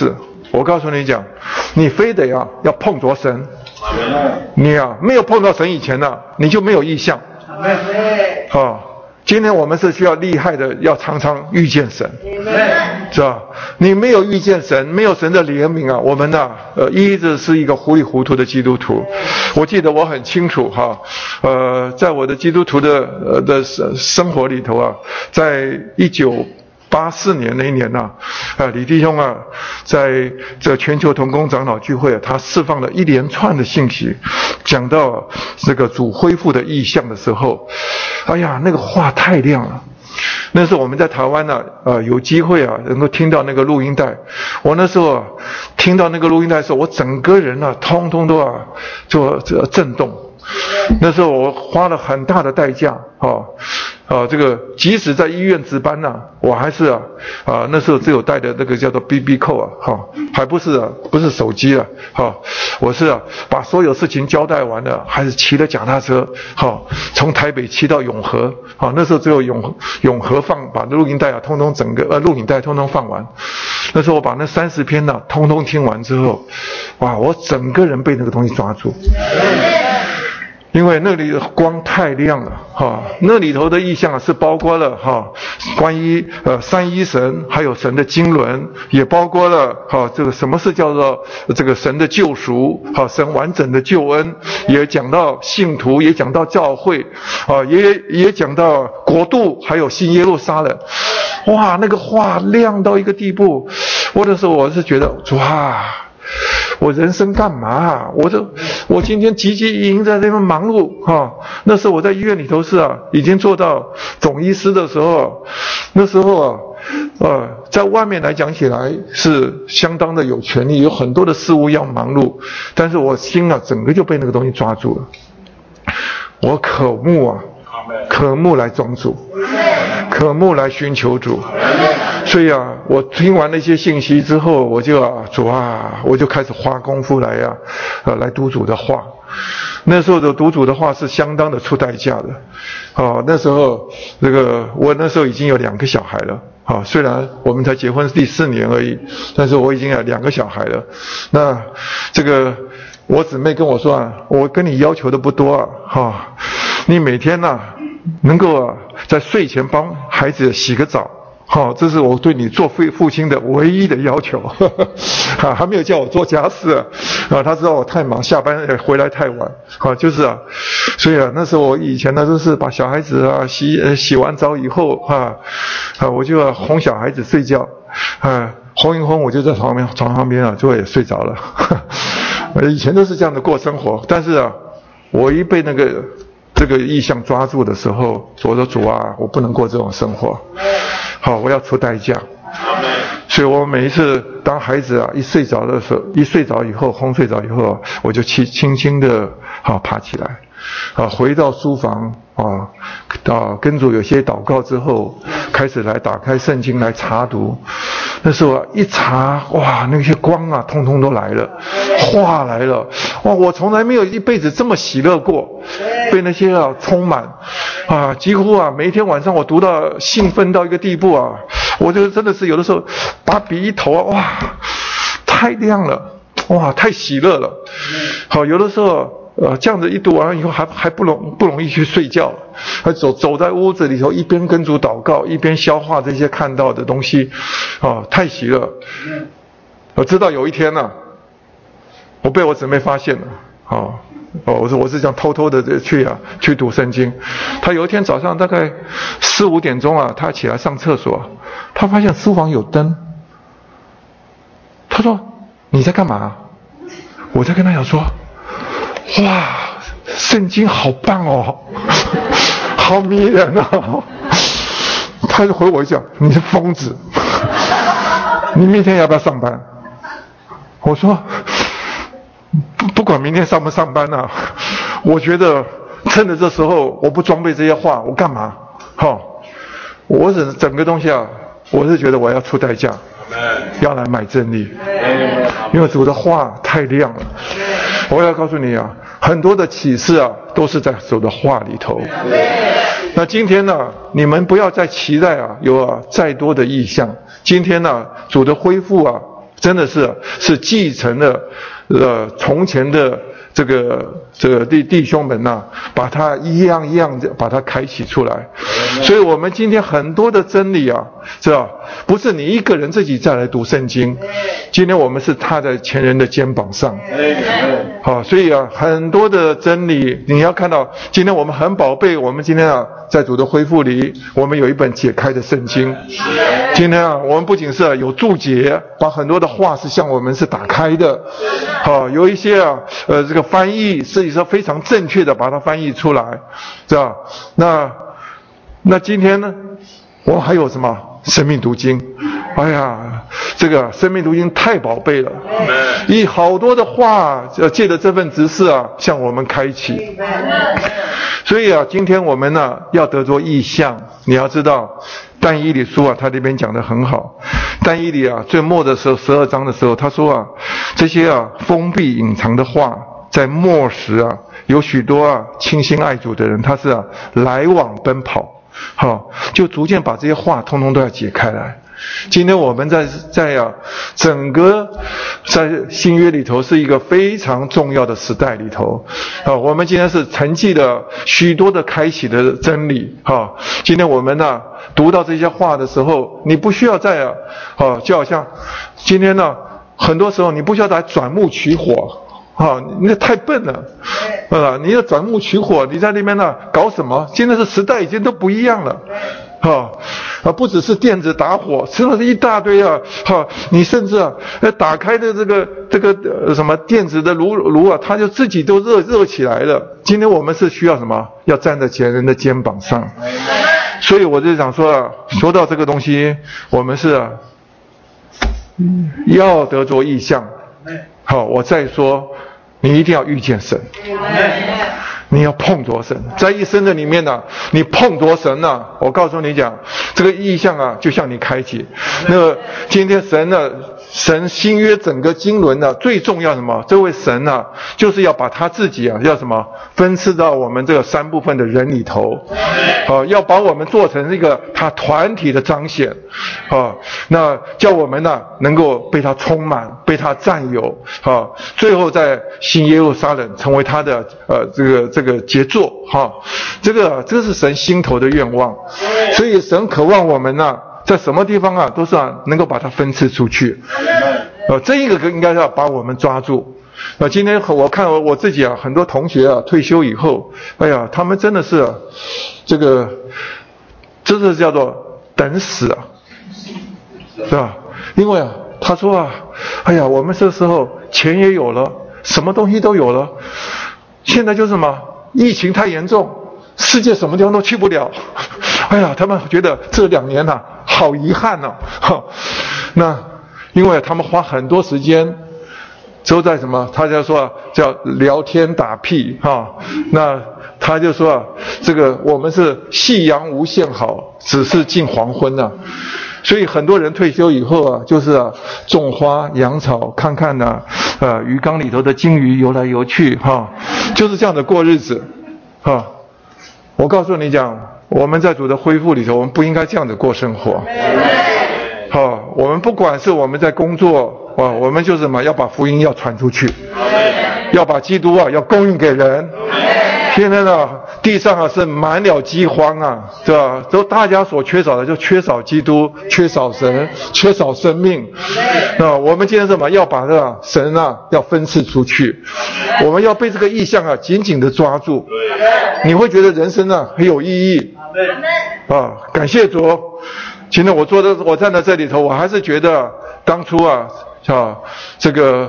我告诉你讲，你非得要碰着神，你没有碰到神以前你就没有意向。今天我们是需要厉害的，要常常遇见神，是吧？你没有遇见神，没有神的怜悯我们一直是一个糊里糊涂的基督徒。我记得我很清楚在我的基督徒的生活里头在1984年那一年李弟兄在这全球同工长老聚会他释放了一连串的信息，讲到这个主恢复的意象的时候，哎呀，那个话太亮了。那时候我们在台湾有机会能够听到那个录音带。我那时候听到那个录音带的时候，我整个人通通都做震动。那时候我花了很大的代价这个即使在医院值班我还是那时候只有带的那个叫做 BB 扣还不是手机了我是把所有事情交代完了，还是骑了脚踏车从台北骑到永和那时候只有永和把录音带通通整个录影带通通放完。那时候我把那30篇通通听完之后，哇，我整个人被那个东西抓住。因为那里的光太亮了那里头的意象是包括了关于三一神，还有神的经纶，也包括了这个什么是叫做这个神的救赎神完整的救恩，也讲到信徒，也讲到教会也讲到国度，还有新耶路撒冷。哇，那个话亮到一个地步，那时候我是觉得哇，我人生干嘛我今天汲汲营营在那边忙碌那时候我在医院里头是已经做到总医师的时候，那时候在外面来讲起来是相当的有权利，有很多的事物要忙碌，但是我心整个就被那个东西抓住了。我渴慕来装主，渴慕来寻求主。所以我听完那些信息之后，我就主我就开始花功夫来读主的话。那时候的读主的话是相当的出代价的那时候我那时候已经有2个小孩了虽然我们才结婚第4年而已，但是我已经有2个小孩了。那这个我姊妹跟我说我跟你要求的不多你每天能够在睡前帮孩子洗个澡这是我对你做父亲的唯一的要求还没有叫我做家事他知道我太忙，下班回来太晚就是所以那时候我以前都是把小孩子洗完澡以后我就哄小孩子睡觉哄一哄我就在床旁边就也睡着了以前都是这样的过生活。但是我一被这个意象抓住的时候，我说主我不能过这种生活我要出代价。所以我每一次当孩子一睡着的时候，一睡着以后，哄睡着以后，我就轻轻的爬起来回到书房跟主有些祷告之后，开始来打开圣经来查读。那时候一查，哇，那些光通通都来了，话来了，哇，我从来没有一辈子这么喜乐过，被那些充满几乎每一天晚上我读到兴奋到一个地步我就真的是有的时候把笔一投哇，太亮了，哇，太喜乐了。有的时候这样子一读完以后还不容易去睡觉，走在屋子里头，一边跟主祷告，一边消化这些看到的东西太喜乐。我知道有一天我被我姊妹发现了我是这样偷偷的去读圣经。他有一天早上大概4、5点钟他起来上厕所，他发现书房有灯，他说你在干嘛？我在跟他讲说，哇，圣经好棒好迷人他就回我讲，你是疯子你明天要不要上班？我说不管明天上不上班我觉得趁着这时候我不装备这些话我干嘛我整个东西我是觉得我要出代价，要来买真理，因为主的话太亮了。我要告诉你很多的启示都是在主的话里头。那今天你们不要再期待有再多的异象。今天主的恢复真的是继承了从前的这个弟兄们呐，把它一样一样的把它开启出来。所以我们今天很多的真理啊，是吧？不是你一个人自己再来读圣经，今天我们是踏在前人的肩膀上。好，所以啊，很多的真理你要看到，今天我们很宝贝，我们今天啊在主的恢复里，我们有一本解开的圣经。今天啊，我们不仅是有注解，把很多的话是向我们是打开的。好，有一些啊这个翻译是非常正确的把它翻译出来，是吧？那今天呢，我还有什么生命读经？哎呀，这个生命读经太宝贝了，以好多的话借着这份执事啊向我们开启。所以啊，今天我们呢要得着异象。你要知道但以理书啊，他这边讲得很好。但以理啊最末的时候12章的时候，他说啊，这些啊封闭隐藏的话，在末时啊有许多啊倾心爱主的人，他是啊来往奔跑。好，就逐渐把这些话通通都要解开来。今天我们在整个在新约里头是一个非常重要的时代里头我们今天是承继了许多的开启的真理今天我们呢读到这些话的时候，你不需要再就好像今天呢很多时候你不需要再转目取火你太笨了你要转目取火，你在那边呢搞什么？现在是时代已经都不一样了不只是电子打火，真的是一大堆你甚至打开的这个什么电子的炉它就自己都热起来了。今天我们是需要什么？要站在前人的肩膀上。所以我就想说说到这个东西，我们是要得着异象。我再说，你一定要遇见神，你要碰着神，在一生的里面呢，你碰着神呢，我告诉你讲，这个意象啊，就像你开启。那个今天神新约整个经纶呢，最重要什么？这位神呢，就是要把他自己啊，要什么分赐到我们这个3部分的人里头，要把我们做成一个他团体的彰显，那叫我们呢能够被他充满，被他占有，最后在新耶路撒冷成为他的这个杰作，这个是神心头的愿望。所以神渴望我们呢在什么地方啊都是能够把它分赐出去。这一个应该要把我们抓住。今天我看我自己很多同学退休以后，哎呀，他们真的是这是叫做等死是吧？因为他说哎呀，我们这时候钱也有了，什么东西都有了，现在就是什么疫情太严重，世界什么地方都去不了。哎呀，他们觉得这2年好遗憾那因为他们花很多时间都在什么？他就说叫聊天打屁那他就说这个我们是夕阳无限好，只是近黄昏所以很多人退休以后就是种花养草，看看鱼缸里头的金鱼游来游去就是这样的过日子我告诉你讲，我们在主的恢复里头，我们不应该这样子过生活。我们不管是我们在工作我们就是什么，要把福音要传出去，要把基督要供应给人。现在地上是满了饥荒是吧？都大家所缺少的就缺少基督，缺少神，缺少生命。我们今天什么？要把神要分赐出去，我们要被这个意象紧紧的抓住。你会觉得人生很有意义感谢主。今天我站在这里头，我还是觉得当初这个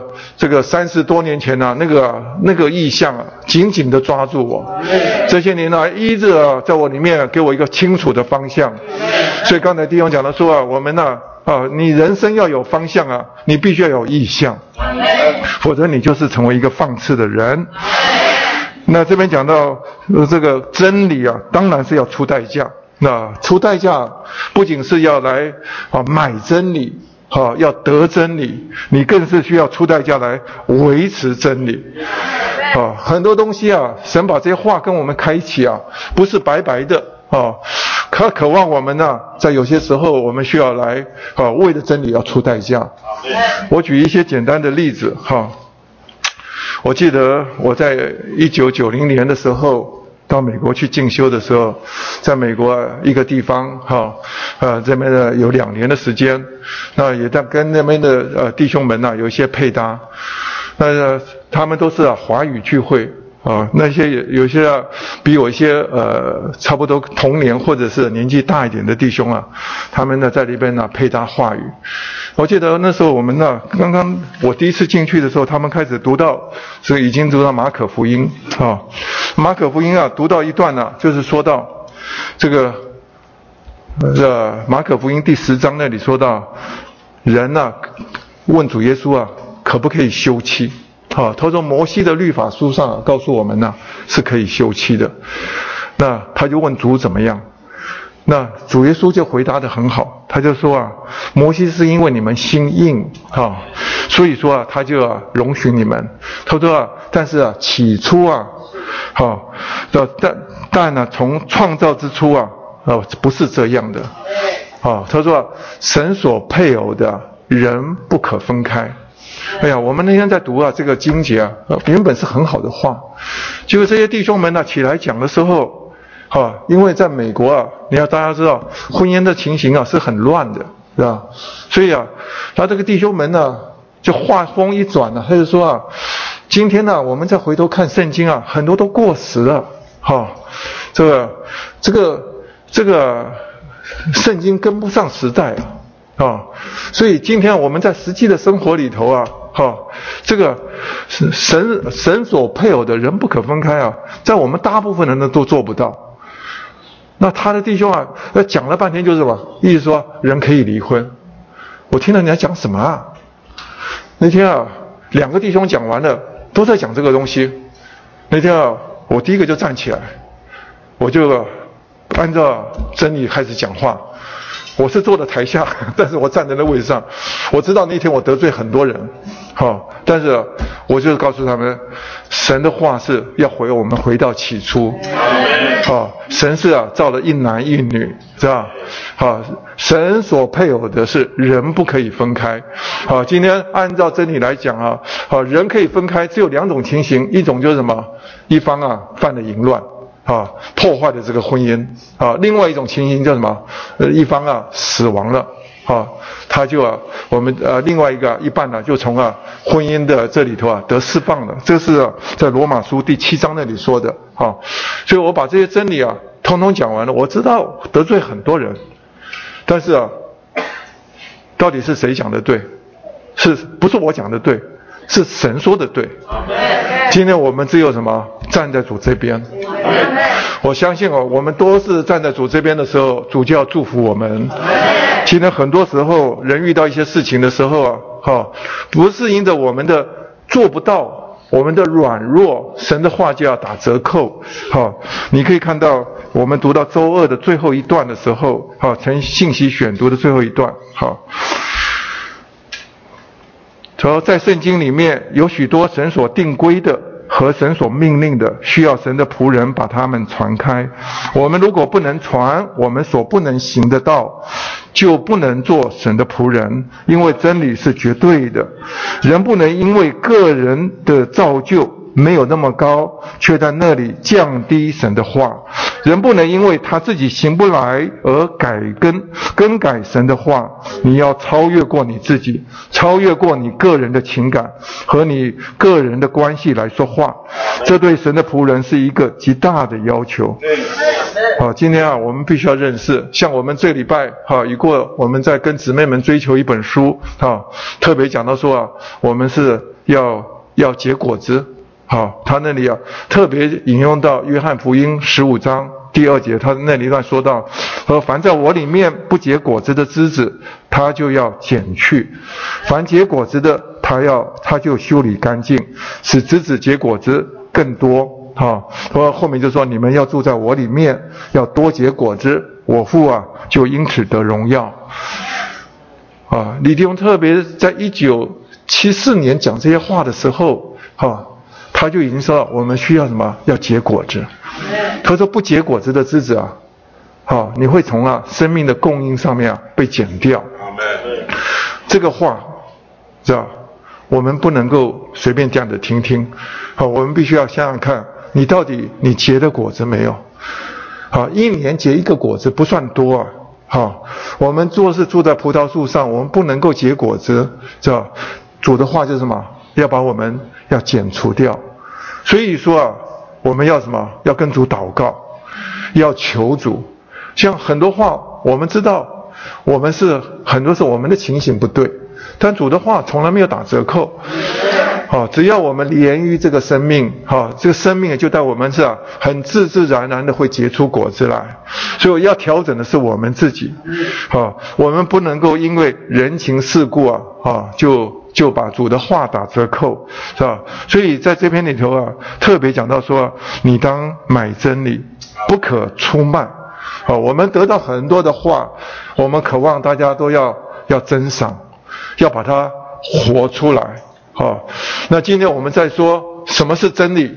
30多年前那个意象紧紧的抓住我。这些年一直在我里面给我一个清楚的方向。所以刚才弟兄讲的说我们你人生要有方向你必须要有意象，否则你就是成为一个放肆的人。那这边讲到这个真理当然是要出代价。那出代价不仅是要来买真理要得真理，你更是需要出代价来维持真理很多东西神把这些话跟我们开启不是白白的他渴望我们呢，在有些时候我们需要来为了真理要出代价。我举一些简单的例子哈。我记得我在1990年的时候到美国去进修的时候，在美国一个地方这边的有2年的时间，那也在跟那边的弟兄们有一些配搭，那他们都是华语聚会。那些有些比我一些差不多同年或者是年纪大一点的弟兄他们呢在那边配搭话语。我记得那时候我们刚刚我第一次进去的时候，他们开始读到已经读到马可福音马可福音读到一段就是说到这个马可福音第10章那里说到人问主耶稣可不可以休妻。他说摩西的律法书上告诉我们是可以休妻的。那他就问主怎么样？那主耶稣就回答得很好，他就说摩西是因为你们心硬所以说他就容许你们。他说但是起初但从创造之初不是这样的他说神所配偶的人不可分开。哎呀，我们那天在读这个经节原本是很好的话，结果这些弟兄们起来讲的时候因为在美国你要大家知道婚姻的情形是很乱的，是吧？所以他这个弟兄们就话锋一转他就说今天我们再回头看圣经很多都过时了这个圣经跟不上时代所以今天我们在实际的生活里头这个神所配偶的人不可分开在我们大部分人都做不到。那他的弟兄讲了半天就是什么意思，说人可以离婚。我听了你在讲什么那天2个弟兄讲完了都在讲这个东西。那天我第一个就站起来，我就按照真理开始讲话。我是坐在台下，但是我站在那位置上。我知道那天我得罪很多人但是我就告诉他们神的话是要我们回到起初神是造了一男一女，是吧神所配偶的是人不可以分开今天按照真理来讲人可以分开只有2种情形，一种就是什么，一方犯了淫乱破坏了这个婚姻另外一种情形叫什么，一方死亡了他就我们另外一半就从婚姻的这里头得释放了。这是在罗马书第7章那里说的所以我把这些真理通通讲完了。我知道得罪很多人，但是到底是谁讲的对？是不是我讲的对？是神说的对。今天我们只有什么，站在主这边。我相信我们都是站在主这边的时候，主就要祝福我们。今天很多时候人遇到一些事情的时候不是因着我们的做不到，我们的软弱，神的话就要打折扣你可以看到我们读到周2的最后一段的时候从信息选读的最后一段在圣经里面有许多神所定规的和神所命令的，需要神的仆人把他们传开。我们如果不能传我们所不能行的道，就不能做神的仆人，因为真理是绝对的。人不能因为个人的造就没有那么高，却在那里降低神的话。人不能因为他自己行不来而更改神的话。你要超越过你自己，超越过你个人的情感和你个人的关系来说话，这对神的仆人是一个极大的要求。今天我们必须要认识，像我们这礼拜我们在跟姊妹们追求一本书特别讲到说我们是要结果子他那里特别引用到约翰福音15章第2节，他那里一段说到凡在我里面不结果子的枝子，他就要剪去；凡结果子的，他就修理干净，使枝子结果子更多。后面就说你们要住在我里面，要多结果子，我父就因此得荣耀。李弟兄特别在1974年讲这些话的时候他就已经说我们需要什么，要结果子。他说不结果子的枝子你会从生命的供应上面被剪掉。这个话，知道？我们不能够随便这样的听听，我们必须要想想看，你到底你结的果子没有？一年结一个果子不算多我们做事住在葡萄树上，我们不能够结果子，知道？主的话就是什么？要把我们要剪除掉。所以说我们要什么？要跟主祷告，要求主。像很多话，我们知道，我们是很多时候我们的情形不对。但主的话从来没有打折扣，只要我们连于这个生命，这个生命就带我们是很自自然然的会结出果子来。所以要调整的是我们自己，我们不能够因为人情世故就把主的话打折扣，是吧？所以在这篇里头特别讲到说，你当买真理，不可出卖。我们得到很多的话，我们渴望大家都要珍赏，要把它活出来。那今天我们在说什么是真理？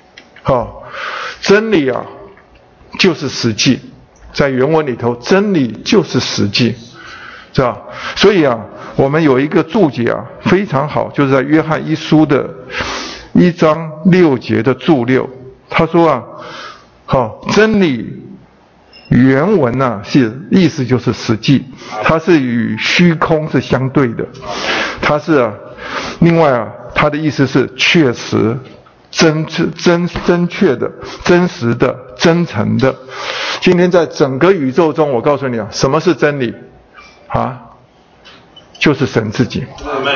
真理就是实际，在原文里头，真理就是实际，是吧？所以我们有一个注解非常好，就是在约翰一书的1章6节的注6，他说真理原文意思就是实际，它是与虚空是相对的，它是另外它的意思是确实、正确的、真实的、真诚的。今天在整个宇宙中，我告诉你什么是真理就是神自己。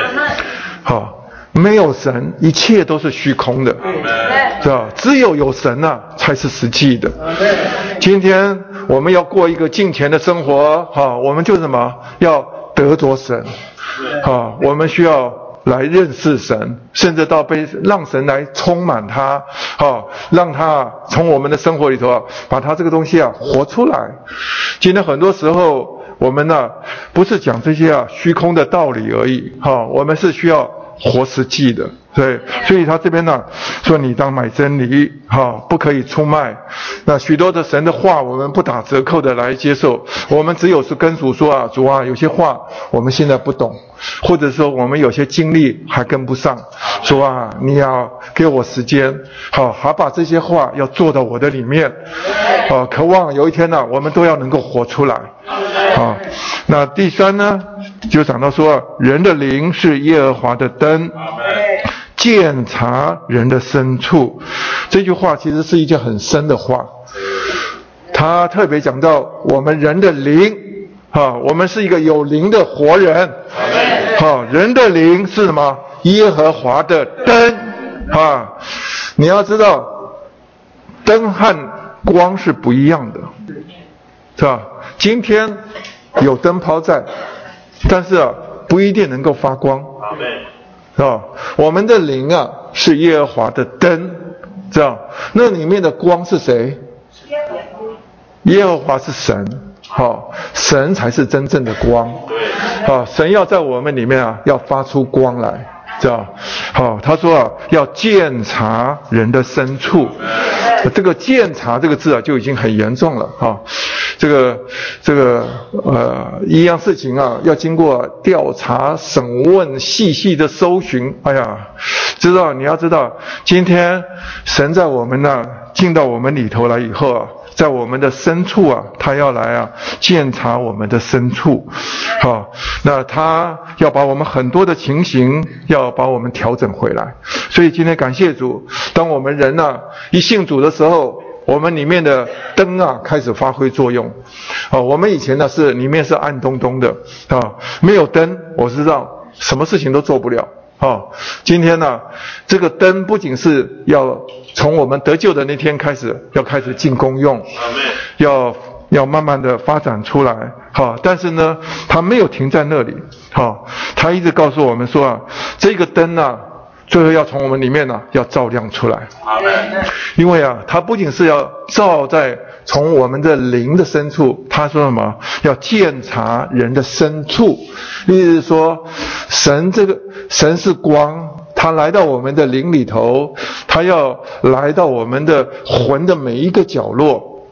没有神，一切都是虚空的，是吧？只有神才是实际的。今天我们要过一个敬虔的生活，我们就是什么？要得着神，我们需要来认识神，甚至到让神来充满他，让他从我们的生活里头把他这个东西活出来。今天很多时候我们不是讲这些虚空的道理而已，我们是需要活实际的。对，所以他这边说你当买真理，不可以出卖。那许多的神的话我们不打折扣的来接受，我们只有是跟主说主有些话我们现在不懂，或者说我们有些经历还跟不上，说你要给我时间，还把这些话要做到我的里面，渴望有一天我们都要能够活出来。那第三呢，就讲到说人的灵是耶和华的灯，鉴察人的深处。这句话其实是一件很深的话，他特别讲到我们人的灵，我们是一个有灵的活人，人的灵是什么？耶和华的灯，你要知道灯和光是不一样的，是吧？今天有灯泡在，但是不一定能够发光，是吧？我们的灵是耶和华的灯，知道？那里面的光是谁？耶和华是神，神才是真正的光，神要在我们里面要发出光来，知道？他说要鉴察人的深处，这个鉴察这个字就已经很严重了这个一样事情要经过调查、审问、细细的搜寻。你要知道，今天神在我们进到我们里头来以后在我们的深处他要来鉴察我们的深处。那他要把我们很多的情形要把我们调整回来。所以今天感谢主，当我们人一信主的时候，我们里面的灯开始发挥作用。我们以前是里面是暗东东的没有灯，我知道什么事情都做不了。今天这个灯不仅是要从我们得救的那天开始要开始进功用，要慢慢的发展出来。但是呢，它没有停在那里。它一直告诉我们说这个灯最后要从我们里面要照亮出来。因为它不仅是要照在从我们的灵的深处，他说什么？要鉴察人的深处。意思是说，神是光，他来到我们的灵里头，他要来到我们的魂的每一个角落，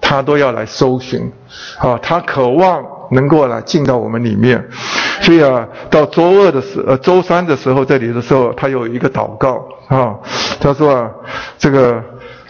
他都要来搜寻，他渴望能够来进到我们里面。所以到周三的时候，这里的时候，他有一个祷告他说这个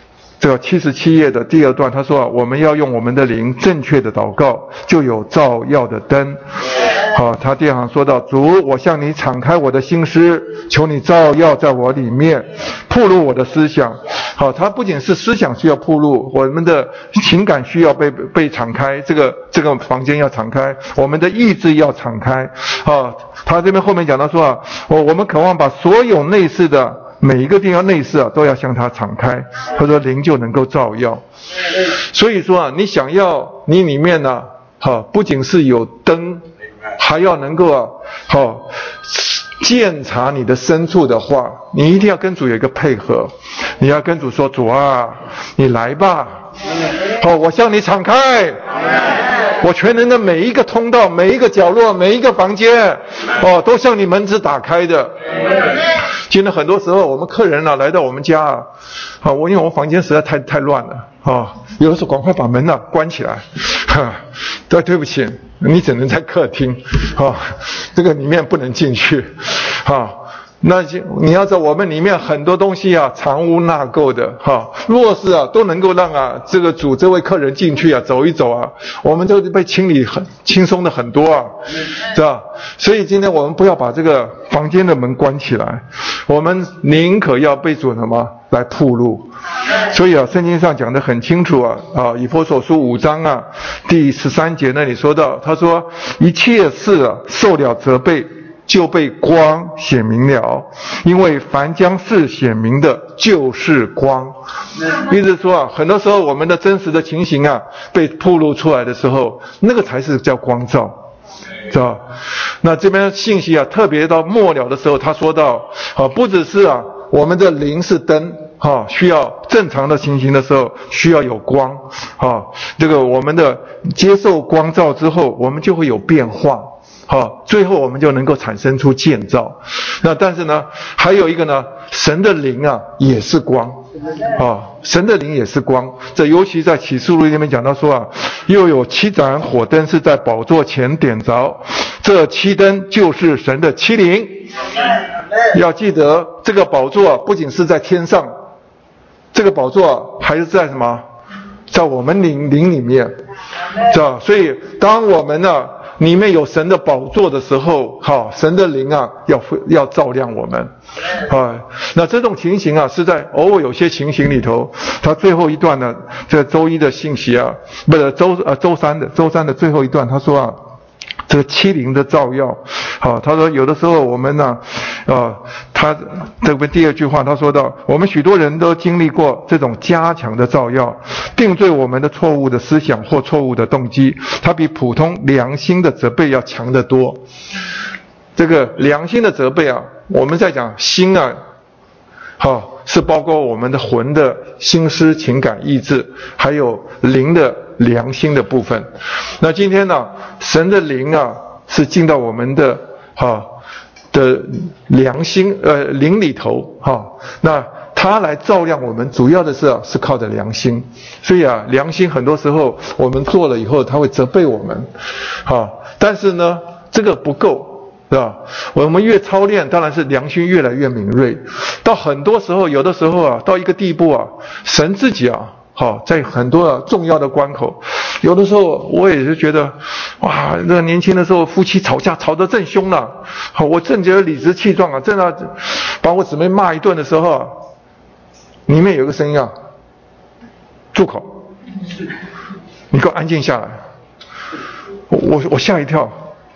77页的第2段，他说我们要用我们的灵正确的祷告，就有照耀的灯。他第2行说到，主，我向你敞开我的心思，求你照耀在我里面，暴露我的思想。他不仅是思想需要暴露，我们的情感需要被敞开，这个房间要敞开，我们的意志要敞开。他这边后面讲到说我们渴望把所有内室的每一个地方内室都要向他敞开，他说灵就能够照耀。所以说你想要你里面呢不仅是有灯，还要能够鉴察你的深处的话，你一定要跟主有一个配合。你要跟主说，主啊，你来吧，我向你敞开，我全能的每一个通道，每一个角落，每一个房间都向你门子打开的。今天很多时候我们客人来到我们家因为我们房间实在太乱了有的时候赶快把门关起来对不起，你只能在客厅这个里面不能进去那你要知道我们里面很多东西藏污纳垢的若是都能够让这个主这位客人进去走一走我们就被清理很轻松的很多是吧？所以今天我们不要把这个房间的门关起来，我们宁可要被主什么来暴露。所以圣经上讲得很清楚以弗所书5章第13节那里说到，他说一切事受了责备，就被光显明了，因为凡将事显明的就是光。意思说很多时候我们的真实的情形被暴露出来的时候，那个才是叫光照，知道？那这边信息特别到末了的时候，他说到不只是我们的灵是灯需要正常的情形的时候需要有光这个我们的接受光照之后，我们就会有变化最后我们就能够产生出建造。那但是呢，还有一个呢，神的灵也是光神的灵也是光。这尤其在启示录里面讲到说又有7盏火灯是在宝座前点着，这7灯就是神的7灵。要记得这个宝座不仅是在天上，这个宝座还是在什么？在我们灵里面，知道？所以当我们里面有神的宝座的时候神的灵要照亮我们那这种情形是在偶尔有些情形里头。他最后一段呢，这周一的信息不是周三的最后一段，他说这个7灵的照耀他说有的时候我们他这边第2句话他说到，我们许多人都经历过这种加强的照耀，定罪我们的错误的思想或错误的动机，它比普通良心的责备要强得多。这个良心的责备我们在讲心是包括我们的魂的心思情感意志，还有灵的良心的部分。那今天呢，神的灵是进到我们的的良心灵里头那他来照亮我们，主要的是靠着良心。所以良心很多时候我们做了以后，他会责备我们但是呢这个不够，是吧？我们越操练，当然是良心越来越敏锐。到很多时候，有的时候到一个地步神自己在很多重要的关口，有的时候我也是觉得，哇，那年轻的时候夫妻吵架吵得正凶了，我正觉得理直气壮正要把我姊妹骂一顿的时候里面有个声音住口，你给我安静下来。我吓一跳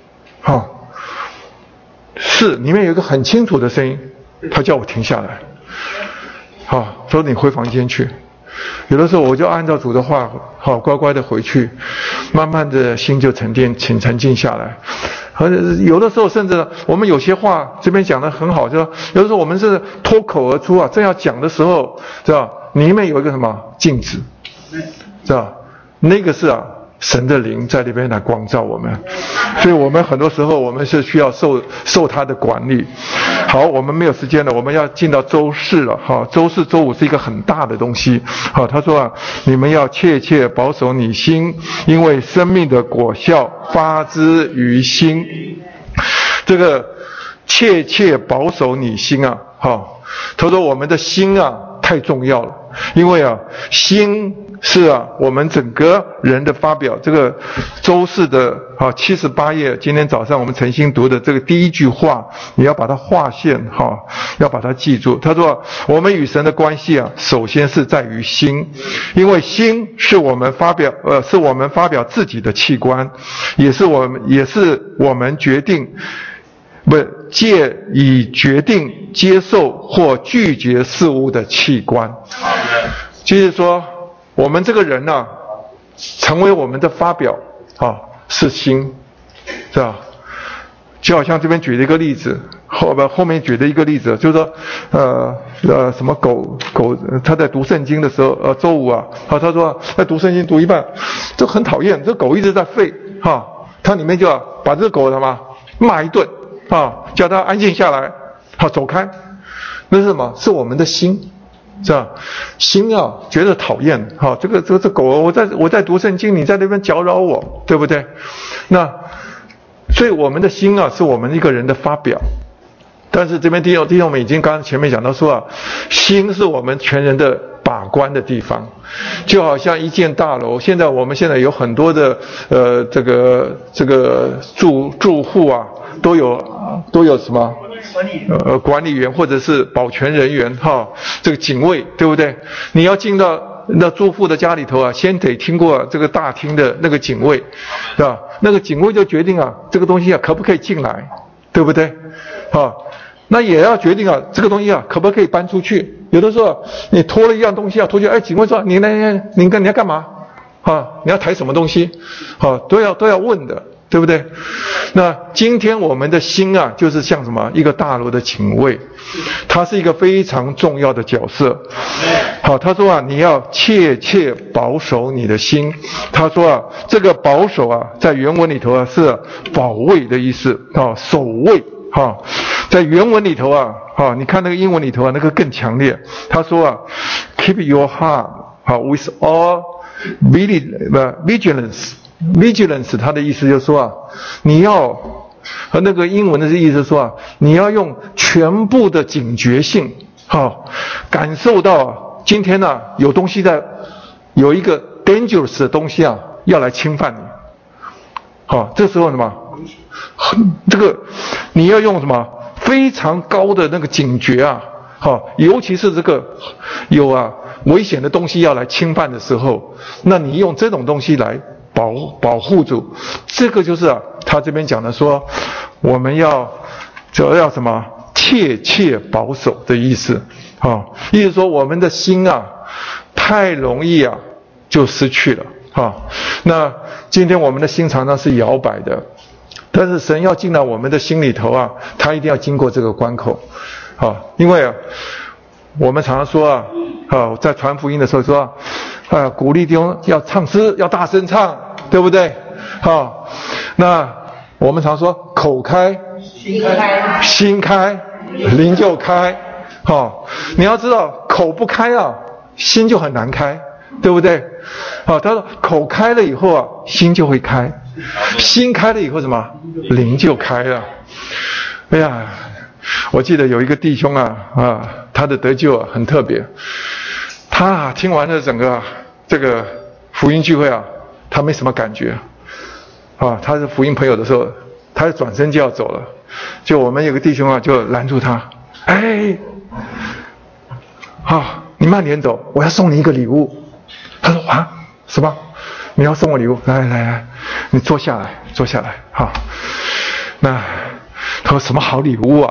是里面有一个很清楚的声音，他叫我停下来说你回房间去。有的时候我就按照主的话乖乖的回去，慢慢的心就沉静下来。有的时候甚至我们有些话这边讲得很好，就有的时候我们是脱口而出正要讲的时候，知道里面有一个什么镜子，知道那个是神的灵在那边来光照我们，所以我们很多时候我们是需要受他的管理。好，我们没有时间了，我们要进到周四了哈。周四周五是一个很大的东西。好，他说啊，你们要切切保守你心，因为生命的果效发之于心。这个切切保守你心啊，好，他说我们的心啊太重要了，因为啊心是啊我们整个人的发表。这个周四的78页，今天早上我们诚心读的这个第一句话，你要把它划线要把它记住。他说我们与神的关系啊，首先是在于心，因为心是我们发表自己的器官，也是我们决定借以决定接受或拒绝事物的器官。就是说我们这个人啊，成为我们的发表是心，是吧？就好像这边举了一个例子，后面举的一个例子，就是说什么狗他在读圣经的时候，周五啊，他说在读圣经读一半，这很讨厌，这狗一直在吠他里面就要把这个狗骂一顿叫它安静下来，走开。那是什么？是我们的心，是吧？心啊，觉得讨厌，这狗，我在读圣经，你在那边搅扰我，对不对？所以我们的心啊，是我们一个人的发表。但是这边弟兄们已经刚刚前面讲到说心是我们全人的把关的地方，就好像一间大楼，我们现在有很多的这个住户啊，都有什么管理员或者是保全人员这个警卫，对不对？你要进到那住户的家里头啊，先得听过这个大厅的那个警卫，对吧？那个警卫就决定这个东西可不可以进来，对不对？那也要决定这个东西可不可以搬出去。有的时候你拖了一样东西拖去，警卫说你要干嘛你要抬什么东西都要问的，对不对？那今天我们的心就是像什么一个大楼的警卫，他是一个非常重要的角色。好，他说你要切切保守你的心。他说这个保守在原文里头是保卫的意思守卫在原文里头你看那个英文里头那个更强烈。他说keep your heart with all vigilance， 他的意思就是说你要和那个英文的意思是说你要用全部的警觉性感受到今天有东西有一个 dangerous 的东西要来侵犯你这时候什么这个你要用什么非常高的那个警觉尤其是这个有危险的东西要来侵犯的时候，那你用这种东西来保护住。这个就是他这边讲的说我们要什么切切保守的意思意思说我们的心太容易就失去了那今天我们的心常常是摇摆的，但是神要进到我们的心里头他一定要经过这个关口因为我们常常说在传福音的时候说鼓励弟兄要唱诗，要大声唱，对不对那我们常说口开心开灵就开你要知道口不开心就很难开，对不对他说口开了以后心就会开，心开了以后什么灵就开了。哎呀，我记得有一个弟兄他的得救很特别，他听完了整个这个福音聚会他没什么感觉他是福音朋友的时候，他转身就要走了，就我们有个弟兄就拦住他，你慢点走，我要送你一个礼物。他说什么？你要送我礼物？来，你坐下来那他说什么好礼物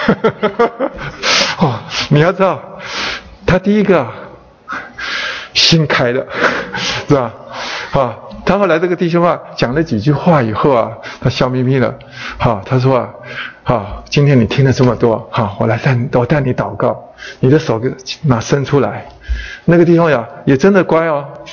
你要知道他第一个心开了，是吧他后来这个弟兄讲了几句话以后他笑眯眯的他说今天你听了这么多我带你祷告，你的手拿伸出来。那个弟兄也真的乖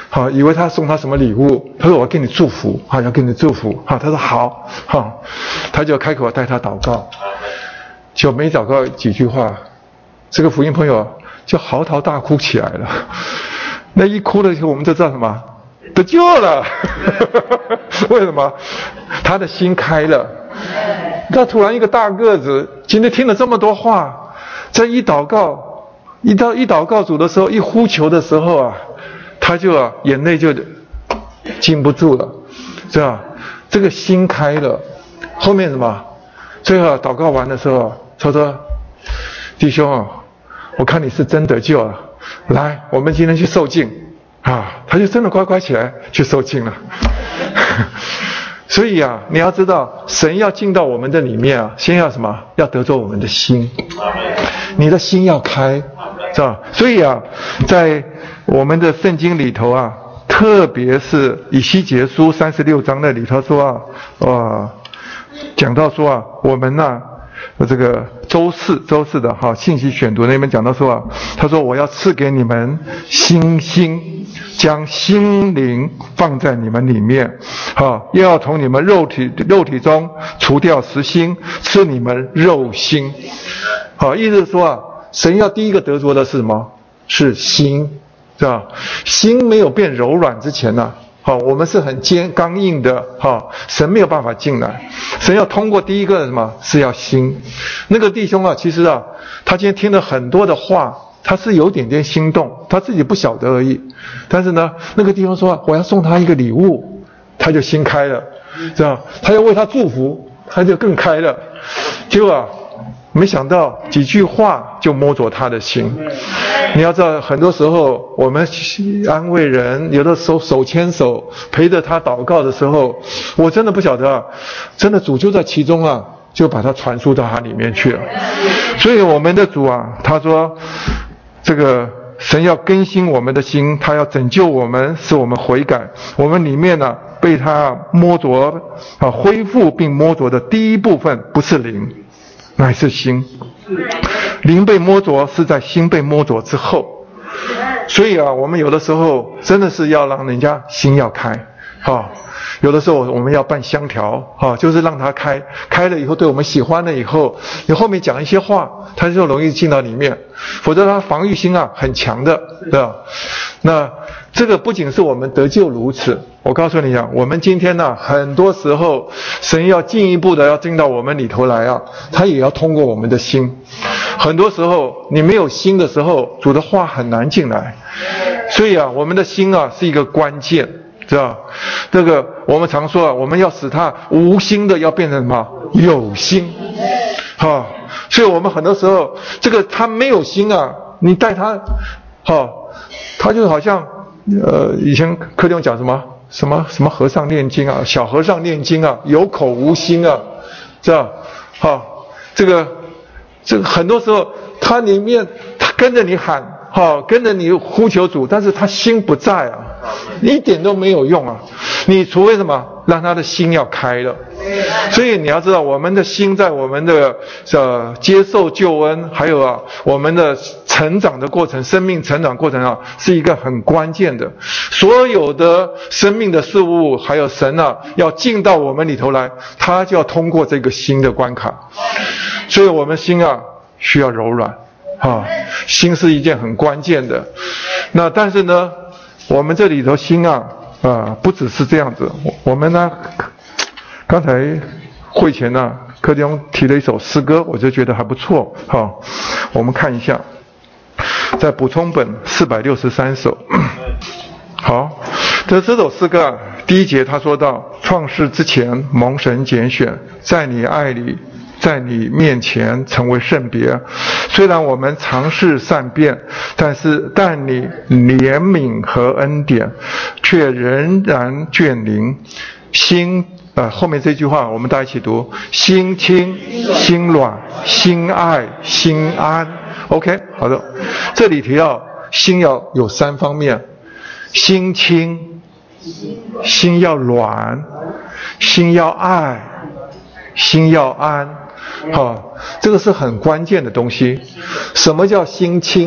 好，以为他送他什么礼物，他说我要给你祝福，好，要给你祝福，好，他说好，好，他就开口带他祷告，就没祷告几句话，这个福音朋友就嚎啕大哭起来了。那一哭的时候，我们就知道什么？得救了。为什么？他的心开了。他突然一个大个子，今天听了这么多话，在一祷告主的时候，一呼求的时候啊，他就眼泪就禁不住了，是吧？这个心开了。后面什么？最后祷告完的时候，他说：“弟兄啊，我看你是真得救了，来，我们今天去受浸啊！”他就真的乖乖起来去受浸了。所以啊，你要知道，神要进到我们的里面啊，先要什么？要得着我们的心，你的心要开，是吧？所以啊，在我们的圣经里头啊，特别是以西结书36章那里头说啊，讲到说啊，我们呢，这个周四的信息选读那边讲到说啊，他说我要赐给你们新心，将心灵放在你们里面，又要从你们肉体中除掉实心，赐你们肉心。意思是说啊，神要第一个得着的是什么？是心，是吧？心没有变柔软之前呢，我们是很刚硬的，神没有办法进来。神要通过第一个什么？是要心。那个弟兄啊，其实啊，他今天听了很多的话，他是有点心动，他自己不晓得而已。但是呢，那个弟兄说我要送他一个礼物，他就心开了，是吧？他要为他祝福，他就更开了。结果没想到几句话就摸着他的心。你要知道，很多时候我们安慰人，有的时候手牵手陪着他祷告的时候，我真的不晓得，真的主就在其中啊，就把它传输到他里面去了。所以我们的主啊，他说这个神要更新我们的心，他要拯救我们，使我们悔改。我们里面呢，被他摸着恢复并摸着的第一部分不是灵，乃是心。灵被摸着是在心被摸着之后。所以啊，我们有的时候真的是要让人家心要开，有的时候我们要办香条，就是让他开了以后，对我们喜欢了以后，你后面讲一些话，他就容易进到里面，否则他防御心啊很强的，对吧？那这个不仅是我们得救如此，我告诉你啊，我们今天呢，很多时候神要进一步的要进到我们里头来啊，他也要通过我们的心。很多时候你没有心的时候，主的话很难进来。所以啊，我们的心啊是一个关键，知道？这个我们常说啊，我们要使他无心的要变成什么？有心。所以我们很多时候这个他没有心啊，你带他他就好像以前课中讲什么和尚念经啊，小和尚念经啊，有口无心啊，知道？这个很多时候他里面他跟着你喊，跟着你呼求主，但是他心不在啊，一点都没有用啊。你除非什么？让他的心要开了。所以你要知道，我们的心在我们的接受救恩，还有啊我们的成长的过程，生命成长过程啊，是一个很关键的。所有的生命的事物，还有神啊，要进到我们里头来，他就要通过这个心的关卡。所以我们心啊需要柔软心是一件很关键的。那但是呢，我们这里头心不只是这样子。我们呢，刚才会前呢，柯弟兄提了一首诗歌，我就觉得还不错。我们看一下，在补充本463首。好，这首诗歌第一节他说到，创世之前蒙神拣选，在你爱里，在你面前成为圣别。虽然我们尝试善变，但你怜悯和恩典却仍然眷临。心后面这句话我们大家一起读：心清心软心爱心安。 OK， 好的，这里提到心要有3方面：心清，心要软，心要爱，心要安。这个是很关键的东西。什么叫心清？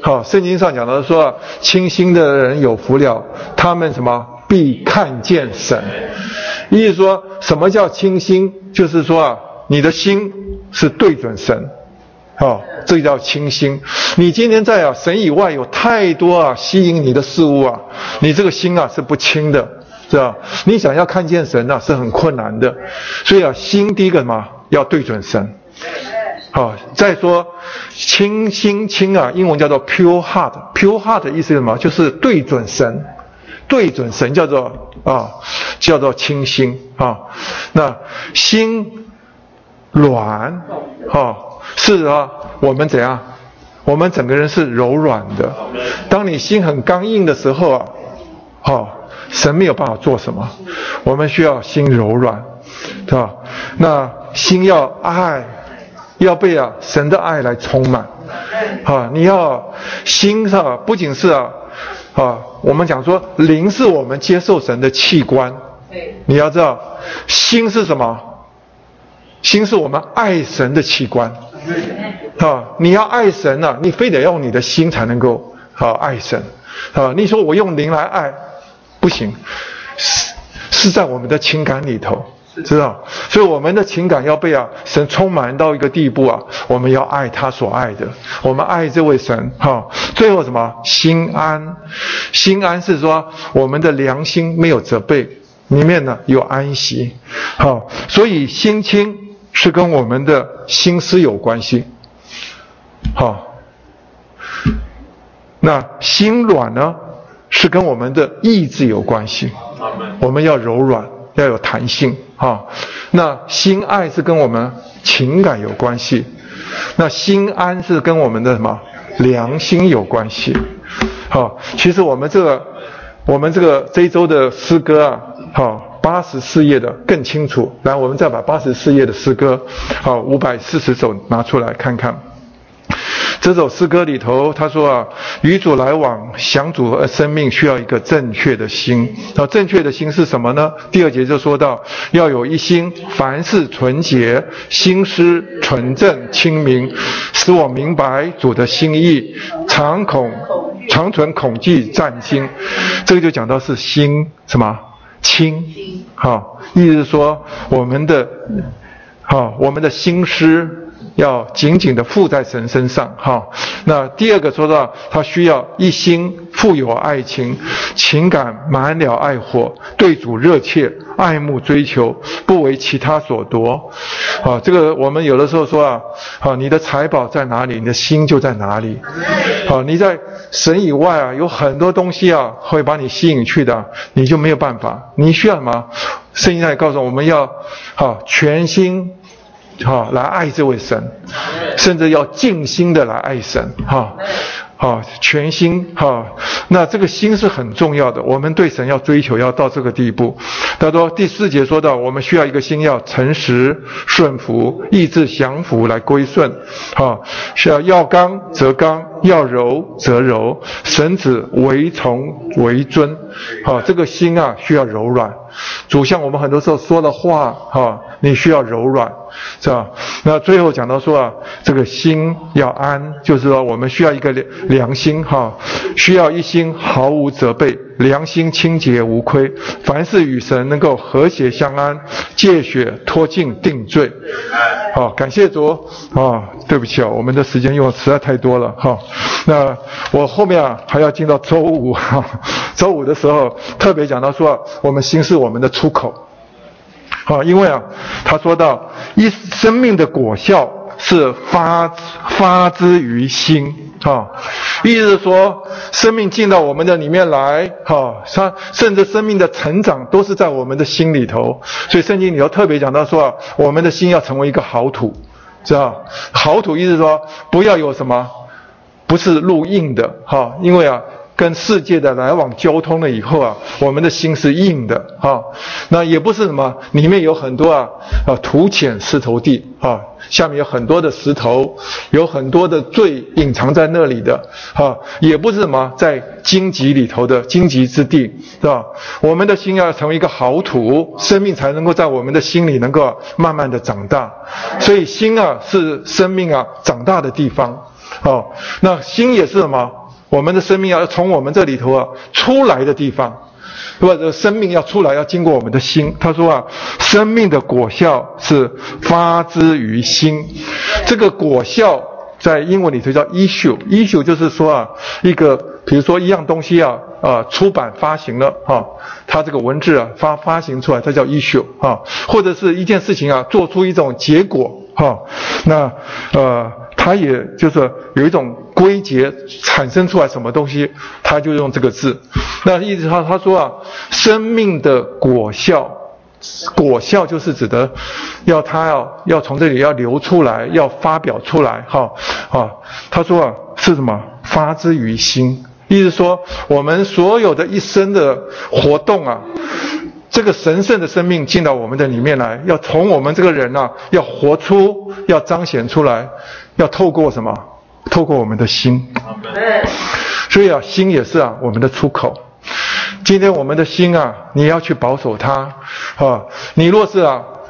好，圣经上讲的说，清心的人有福了，他们什么必看见神。意思说，什么叫清心？就是说你的心是对准神。这叫清心。你今天在神以外有太多吸引你的事物你这个心是不清的，是吧？你想要看见神是很困难的。所以心第一个什么要对准神。再说清心英文叫做 pure heart。pure heart 的意思是什么？就是对准神，对准神叫做清心那心软是我们怎样？我们整个人是柔软的。当你心很刚硬的时候神没有办法做什么。我们需要心柔软，对吧？那心要爱，要被神的爱来充满。你要心不仅是我们讲说灵是我们接受神的器官。你要知道心是什么？心是我们爱神的器官。你要爱神你非得用你的心才能够爱神。你说我用灵来爱不行，是在我们的情感里头，知道？所以我们的情感要被神充满到一个地步我们要爱他所爱的，我们爱这位神最后什么？心安。心安是说我们的良心没有责备，里面有安息。所以心清是跟我们的心思有关系。那心软呢，是跟我们的意志有关系。我们要柔软，要有弹性。那心爱是跟我们情感有关系。那心安是跟我们的什么？良心有关系。其实我们这一周的诗歌84页的更清楚。来，我们再把84页的诗歌540首拿出来看看。这首诗歌里头他说与主来往享主和生命需要一个正确的心。正确的心是什么呢？第2节就说到要有一心，凡事纯洁，心思纯正清明，使我明白主的心意，常存恐惧战心。这个就讲到是心什么？清。意思是说我们的心思要紧紧地附在神身上。那第2个说到他需要一心富有爱情，情感满了爱火，对主热切，爱慕追求，不为其他所夺。这个我们有的时候说你的财宝在哪里，你的心就在哪里。你在神以外有很多东西会把你吸引去的，你就没有办法。你需要什么？圣经上也告诉我们要全心来爱这位神，甚至要尽心的来爱神。全心。那这个心是很重要的，我们对神要追求要到这个地步。他说第4节说到我们需要一个心要诚实顺服，意志降服来归顺。需要刚则刚，要柔则柔，神子为从为尊。这个心需要柔软。主像我们很多时候说的话你需要柔软，是吧？那最后讲到说这个心要安，就是说我们需要一个良心需要一心毫无责备，良心清洁无亏，凡事与神能够和谐相安，借血脱尽定罪。感谢主对不起我们的时间用实在太多了那我后面还要进到周五周五的时候特别讲到说我们心是我们的出口。因为他说到生命的果效是发之于心。意思是说生命进到我们的里面来甚至生命的成长都是在我们的心里头。所以圣经里头特别讲到说我们的心要成为一个好土，知道？好土意思是说不要有什么不是路硬的因为跟世界的来往交通了以后我们的心是硬的那也不是什么里面有很多土浅石头地下面有很多的石头，有很多的罪隐藏在那里的也不是什么在荆棘里头的荆棘之地，是吧？我们的心要成为一个好土，生命才能够在我们的心里能够慢慢的长大。所以心是生命长大的地方那心也是什么？我们的生命要从我们这里头出来的地方，或者生命要出来，要经过我们的心。他说生命的果效是发之于心。这个果效在英文里头叫 issue 就是说一个比如说一样东西出版发行了它这个文字发行出来，它叫 issue 或者是一件事情做出一种结果那它也就是有一种归结产生出来什么东西，它就用这个字。那意思他说生命的果效就是指的要从这里要流出来，要发表出来他说是什么？发之于心。意思说我们所有的一生的活动这个神圣的生命进到我们的里面来，要从我们这个人要活出，要彰显出来，要透过什么？透过我们的心。所以心也是我们的出口。今天我们的心你要去保守它你若是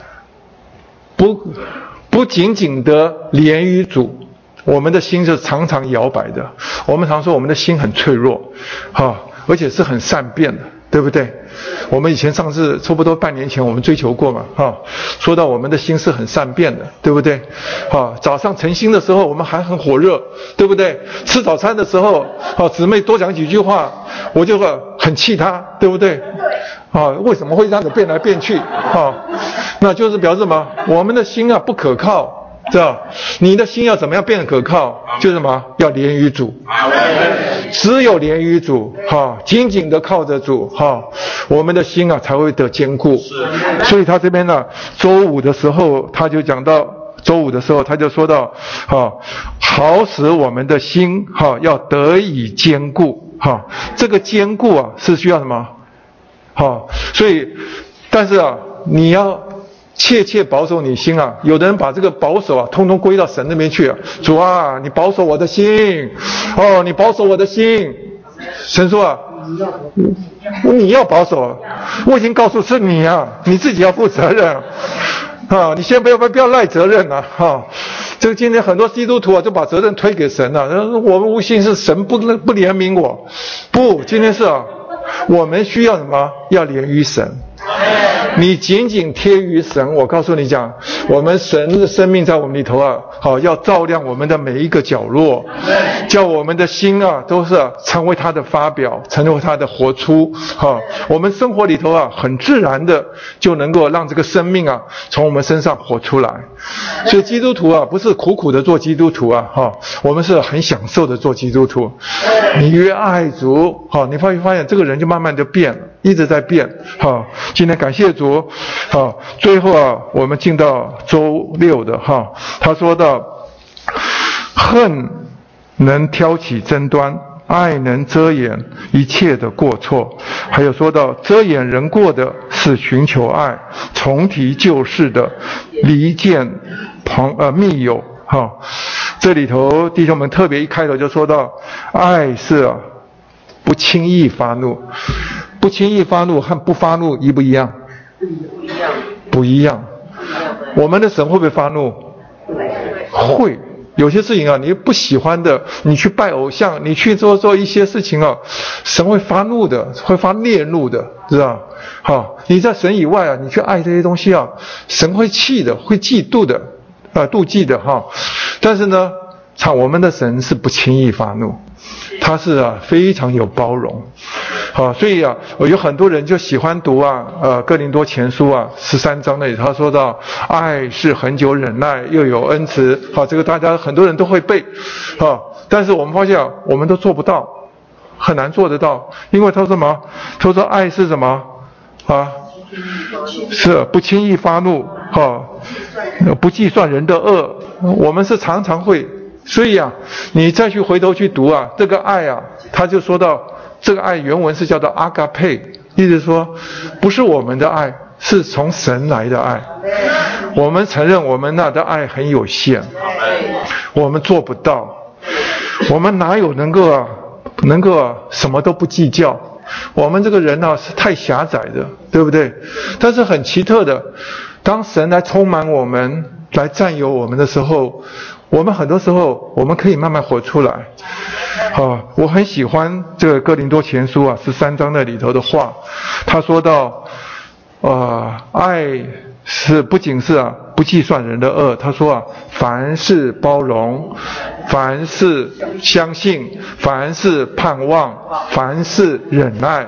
不紧紧的连于主，我们的心是常常摇摆的。我们常说我们的心很脆弱而且是很善变的，对不对？我们以前上次差不多半年前我们追求过嘛说到我们的心是很善变的，对不对早上晨兴的时候我们还很火热，对不对？吃早餐的时候姊妹多讲几句话我就很气她，对不对为什么会这样子变来变去那就是表示什么？我们的心不可靠，知道？你的心要怎么样变得可靠？就是什么？要连于主。只有连于主紧紧的靠着主我们的心才会得坚固。所以他这边周五的时候他就讲到，周五的时候他就说到好使我们的心要得以坚固这个坚固是需要什么所以但是你要切切保守你心有的人把这个保守通通归到神那边去主你保守我的心你保守我的心。神说你要保守，我已经告诉是你你自己要负责任你先不要赖责任这个今天很多基督徒就把责任推给神我们无心是神不怜悯我，不，今天是我们需要什么？要连于神。你紧紧贴于神，我告诉你讲，我们神的生命在我们里头要照亮我们的每一个角落，叫我们的心都是成为他的发表，成为他的活出我们生活里头很自然的就能够让这个生命从我们身上活出来。所以基督徒不是苦苦的做基督徒我们是很享受的做基督徒。你越爱主你会发现这个人就慢慢就变了，一直在变今天感谢主最后我们进到周六的他说到恨能挑起争端，爱能遮掩一切的过错，还有说到遮掩人过的是寻求爱，重提旧事的离间密友这里头弟兄们特别一开头就说到爱是不轻易发怒。不轻易发怒和不发怒一不一样？不一样。我们的神会不会发怒？会。有些事情你不喜欢的，你去拜偶像，你去做一些事情神会发怒的，会发烈怒的，知道你在神以外你去爱这些东西神会气的，会嫉妒的妒忌的但是呢我们的神是不轻易发怒，他是非常有包容所以有很多人就喜欢读哥林多前书13章那里他说到爱是恒久忍耐，又有恩慈这个大家很多人都会背但是我们发现我们都做不到，很难做得到。因为他说什么？他说爱是什么是不轻易发怒不计算人的恶。我们是常常会，所以你再去回头去读这个爱他就说到这个爱原文是叫做阿嘎佩，意思说不是我们的爱，是从神来的爱。我们承认我们的爱很有限，我们做不到，我们哪有能够什么都不计较？我们这个人是太狭窄的，对不对？但是很奇特的，当神来充满我们，来占有我们的时候， 我们很多时候我们可以慢慢活出来。我很喜欢这个哥林多前书13章那里头的话，他说到爱是不仅是不计算人的恶，他说凡事包容，凡事相信，凡事盼望，凡事忍耐。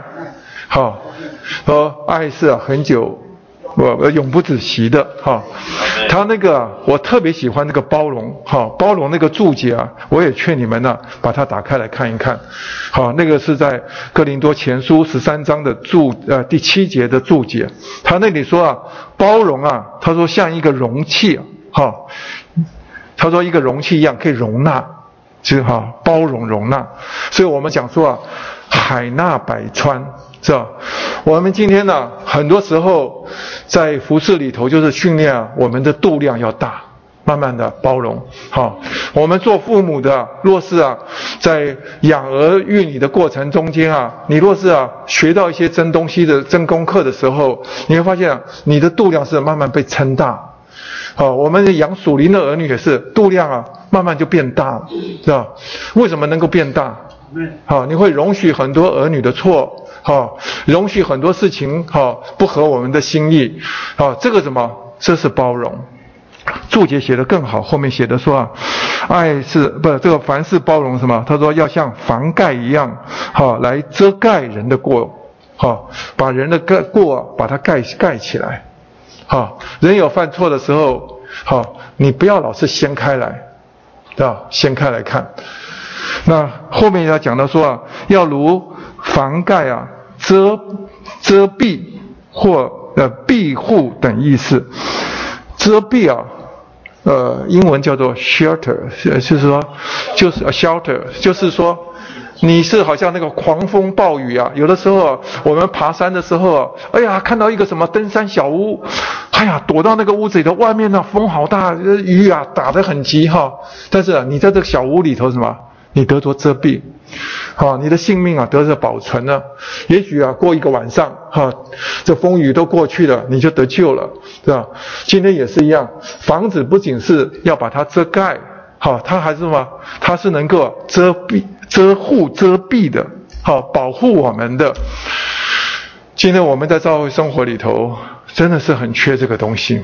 爱是很久永不止息的。他那个我特别喜欢那个包容。包容那个注解我也劝你们把它打开来看一看。那个是在哥林多前书13章的第7节的注解。他那里说包容他说像一个容器。他说一个容器一样可以容纳，就是包容容纳。所以我们讲说海纳百川，是吧？我们今天很多时候在服事里头就是训练我们的度量要大，慢慢的包容。我们做父母的若是在养儿育女的过程中间你若是学到一些真东西的真功课的时候，你会发现你的度量是慢慢被撑大。我们养属灵的儿女也是度量慢慢就变大了，是吧？为什么能够变大？你会容许很多儿女的错，容许很多事情不合我们的心意。这个什么？这是包容。注解写得更好，后面写的说爱是这个凡事包容什么？他说要像房盖一样来遮盖人的过，把人的过把它盖起来。人有犯错的时候，你不要老是掀开来，对吧？掀开来看。那后面要讲到说要如房盖遮蔽或庇护等意思。遮蔽英文叫做 shelter， 就是说shelter， 就是说你是好像那个狂风暴雨有的时候我们爬山的时候看到一个什么登山小屋，躲到那个屋子里头，外面风好大，雨打得很急但是你在这个小屋里头什么？你得着遮蔽，你的性命得着保存了。也许过一个晚上这风雨都过去了，你就得救了，是吧？今天也是一样，房子不仅是要把它遮盖，它还是什么？它是能够遮蔽的，保护我们的。今天我们在教会生活里头真的是很缺这个东西。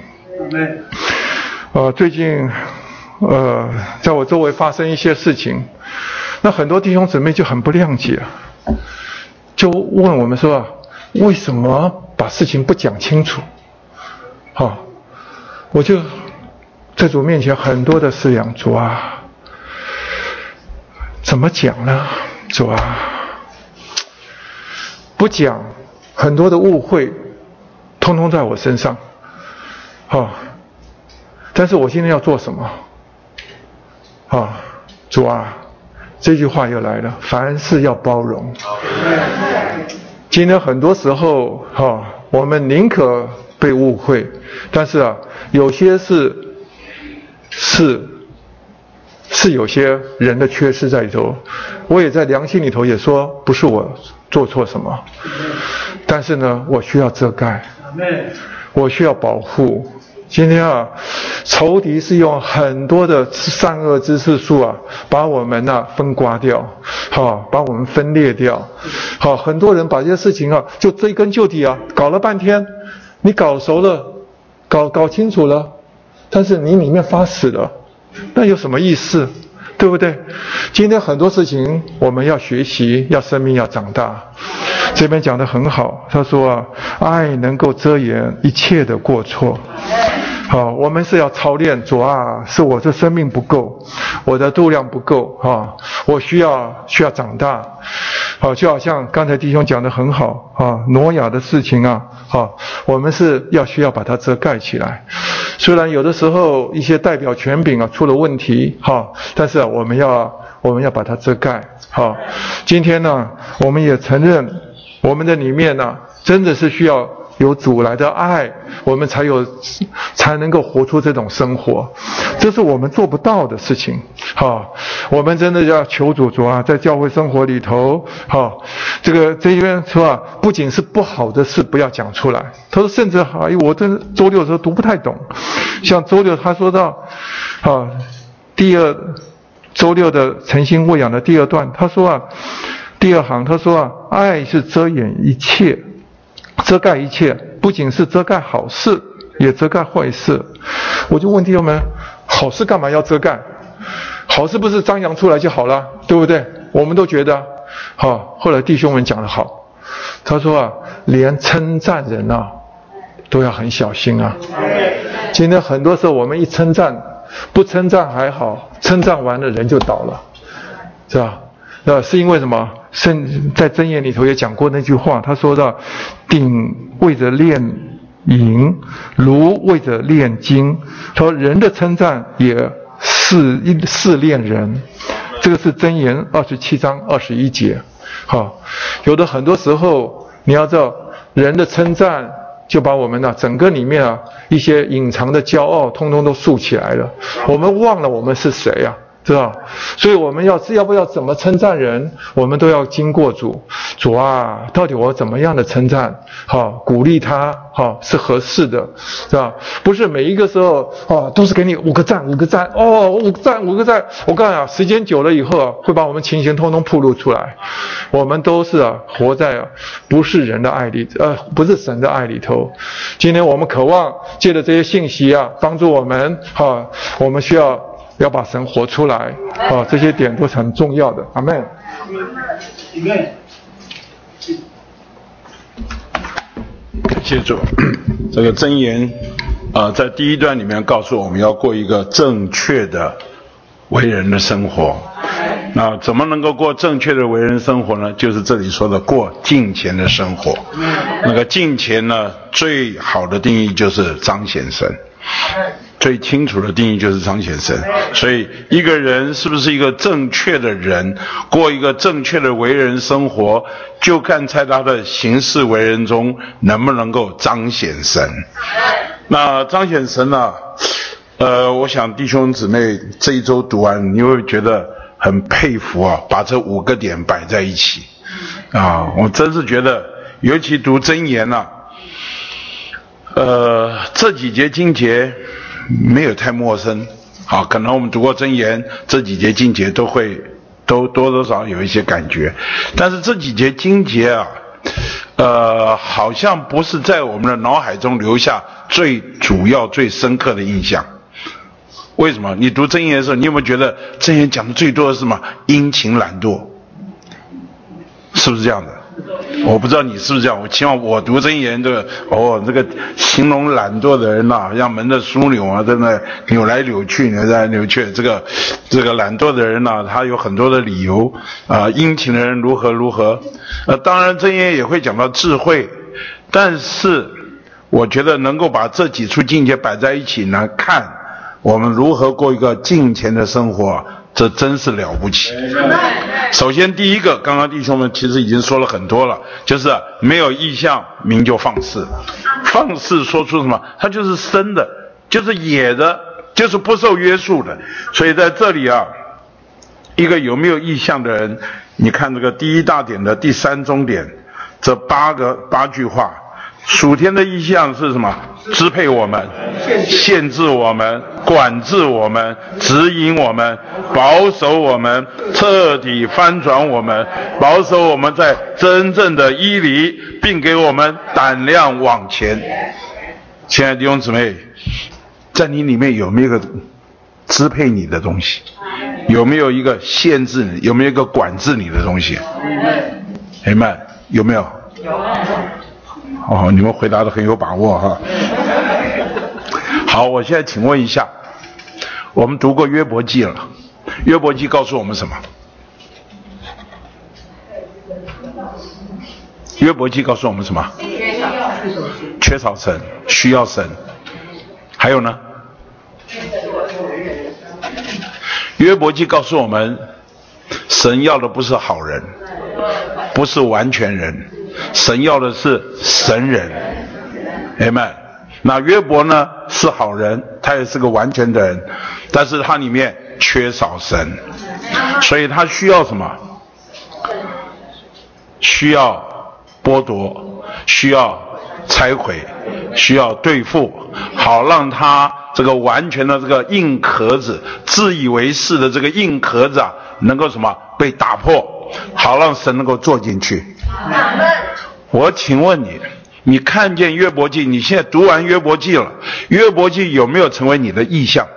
最近在我周围发生一些事情，那很多弟兄姊妹就很不谅解，就问我们说为什么把事情不讲清楚？我就在主面前很多的思量，主怎么讲呢？主不讲，很多的误会通通在我身上。但是我今天要做什么？主这句话又来了，凡事要包容。今天很多时候我们宁可被误会，但是有些是有些人的缺失在里头。我也在良心里头也说不是我做错什么，但是呢我需要遮盖，我需要保护。今天仇敌是用很多的善恶知识树把我们分刮掉，把我们分裂掉。很多人把这些事情就追根究底搞了半天，你搞熟了，搞清楚了，但是你里面发死了，那有什么意思？对不对？今天很多事情我们要学习，要生命要长大。这边讲得很好，他说爱能够遮掩一切的过错。我们是要操练，主是我这生命不够，我的度量不够我需要长大。就好像刚才弟兄讲得很好挪亚的事情我们是需要把它遮盖起来。虽然有的时候一些代表权柄出了问题但是我们要把它遮盖。今天呢我们也承认我们的里面真的是需要有主来的爱，我们才能够活出这种生活，这是我们做不到的事情。我们真的要求主在教会生活里头这边说不仅是不好的事不要讲出来。他说甚至我这周六的时候读不太懂，像周六他说到周六的诚心喂养的第二段，他说啊，第二行他说啊，爱是遮掩一切，遮盖一切，不仅是遮盖好事，也遮盖坏事。我就问弟兄们，好事干嘛要遮盖？好事不是张扬出来就好了，对不对？我们都觉得好。后来弟兄们讲得好，他说啊，连称赞人啊都要很小心啊。今天很多时候我们一称赞，不称赞还好，称赞完了人就倒了，是吧？是因为什么？在箴言里头也讲过那句话，他说到鼎为着炼银，炉为着炼金。他说人的称赞也试炼人，这个是箴言27章21节。好，有的很多时候你要知道，人的称赞就把我们整个里面一些隐藏的骄傲通通都竖起来了，我们忘了我们是谁啊，知道？所以我们要不要怎么称赞人，我们都要经过主啊，到底我怎么样的称赞鼓励他是合适的，是吧？不是每一个时候都是给你5个赞5个赞5个赞。我告诉你时间久了以后会把我们情形通通暴露出来。我们都是活在不是人的爱里，不是神的爱里头。今天我们渴望借着这些信息帮助我们我们需要把神活出来这些点都是很重要的。阿们。 感谢主。这个箴言在第一段里面告诉我们要过一个正确的为人的生活。那怎么能够过正确的为人生活呢？就是这里说的过敬虔的生活。那个敬虔呢，最好的定义就是彰显神，最清楚的定义就是彰显神。所以一个人是不是一个正确的人，过一个正确的为人生活，就看在他的行事为人中能不能够彰显神。那彰显神呢，我想弟兄姊妹这一周读完，你会觉得很佩服把这5个点摆在一起我真是觉得，尤其读箴言这几节经节没有太陌生可能我们读过箴言，这几节经节都多多少有一些感觉，但是这几节经节好像不是在我们的脑海中留下最主要最深刻的印象。为什么？你读箴言的时候，你有没有觉得箴言讲的最多的是什么？殷勤懒惰，是不是这样的？我不知道你是不是这样，我希望我读箴言这个形容懒惰的人像门的枢纽在那扭来扭去扭来扭去。这个懒惰的人他有很多的理由殷勤的人如何当然箴言也会讲到智慧，但是我觉得能够把这几处境界摆在一起来看我们如何过一个敬虔的生活，这真是了不起。首先第一个，刚刚弟兄们其实已经说了很多了，就是没有意向名就放肆。放肆说出什么？它就是生的，就是野的，就是不受约束的。所以在这里一个有没有意向的人，你看这个第一大点的第3中点，这8句话，属天的意向是什么？支配我们，限制我们，管制我们，指引我们，保守我们，彻底翻转我们，保守我们在真正的义理，并给我们胆量往前。亲爱的弟兄姊妹，在你里面有没有一个支配你的东西？有没有一个限制你？有没有一个管制你的东西？Amen，有没有？你们回答得很有把握好，我现在请问一下，我们读过约伯记了，约伯记告诉我们什么？约伯记告诉我们什么？缺少神，需要神。还有呢？约伯记告诉我们，神要的不是好人，不是完全人，神要的是神人。Amen。那约伯呢是好人，他也是个完全的人，但是他里面缺少神，所以他需要什么？需要剥夺，需要拆毁，需要对付，好让他这个完全的这个硬壳子，自以为是的这个硬壳子啊，能够什么被打破，好让神能够坐进去。我请问你，你看见约伯记，你现在读完约伯记了，约伯记有没有成为你的意象？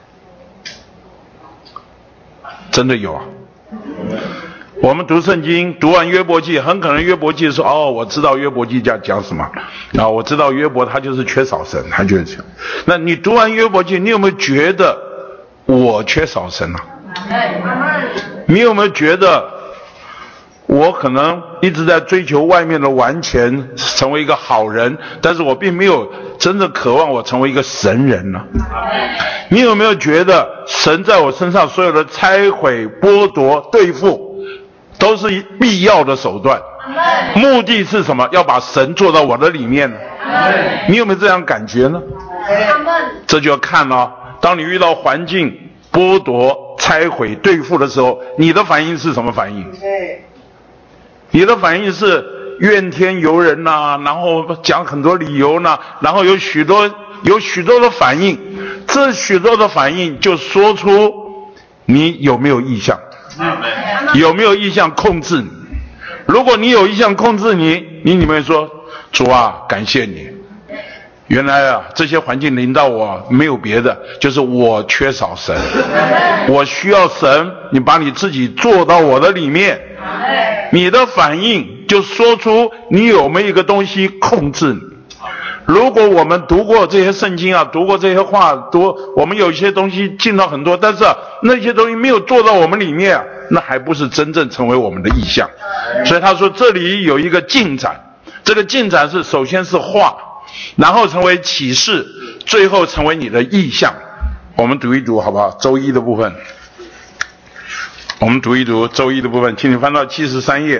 真的有啊。我们读圣经，读完约伯记，很可能约伯记说，哦，我知道约伯记讲什么，我知道约伯他就是缺少神，他就是这样。那你读完约伯记，你有没有觉得我缺少神啊？你有没有觉得我可能一直在追求外面的完全，成为一个好人，但是我并没有真的渴望我成为一个神人呢？你有没有觉得神在我身上所有的拆毁、剥夺、对付，都是必要的手段？目的是什么？要把神做到我的里面呢？你有没有这样感觉呢？这就要看了，当你遇到环境剥夺、拆毁、对付的时候，你的反应是什么反应？你的反应是怨天尤人呐，然后讲很多理由呢，然后有许多的反应，这许多的反应就说出你有没有意向，有没有意向控制你。如果你有意向控制你，你里面说，主啊，感谢你，原来啊这些环境临到我没有别的，就是我缺少神，我需要神，你把你自己做到我的里面。你的反应就说出你有没有一个东西控制你。如果我们读过这些圣经啊，读过这些话，我们有一些东西进到很多，但是那些东西没有做到我们里面，那还不是真正成为我们的意象。所以他说这里有一个进展，这个进展是首先是话，然后成为启示，最后成为你的意象。我们读一读好不好？周一的部分，我们读一读周一的部分，请你翻到73页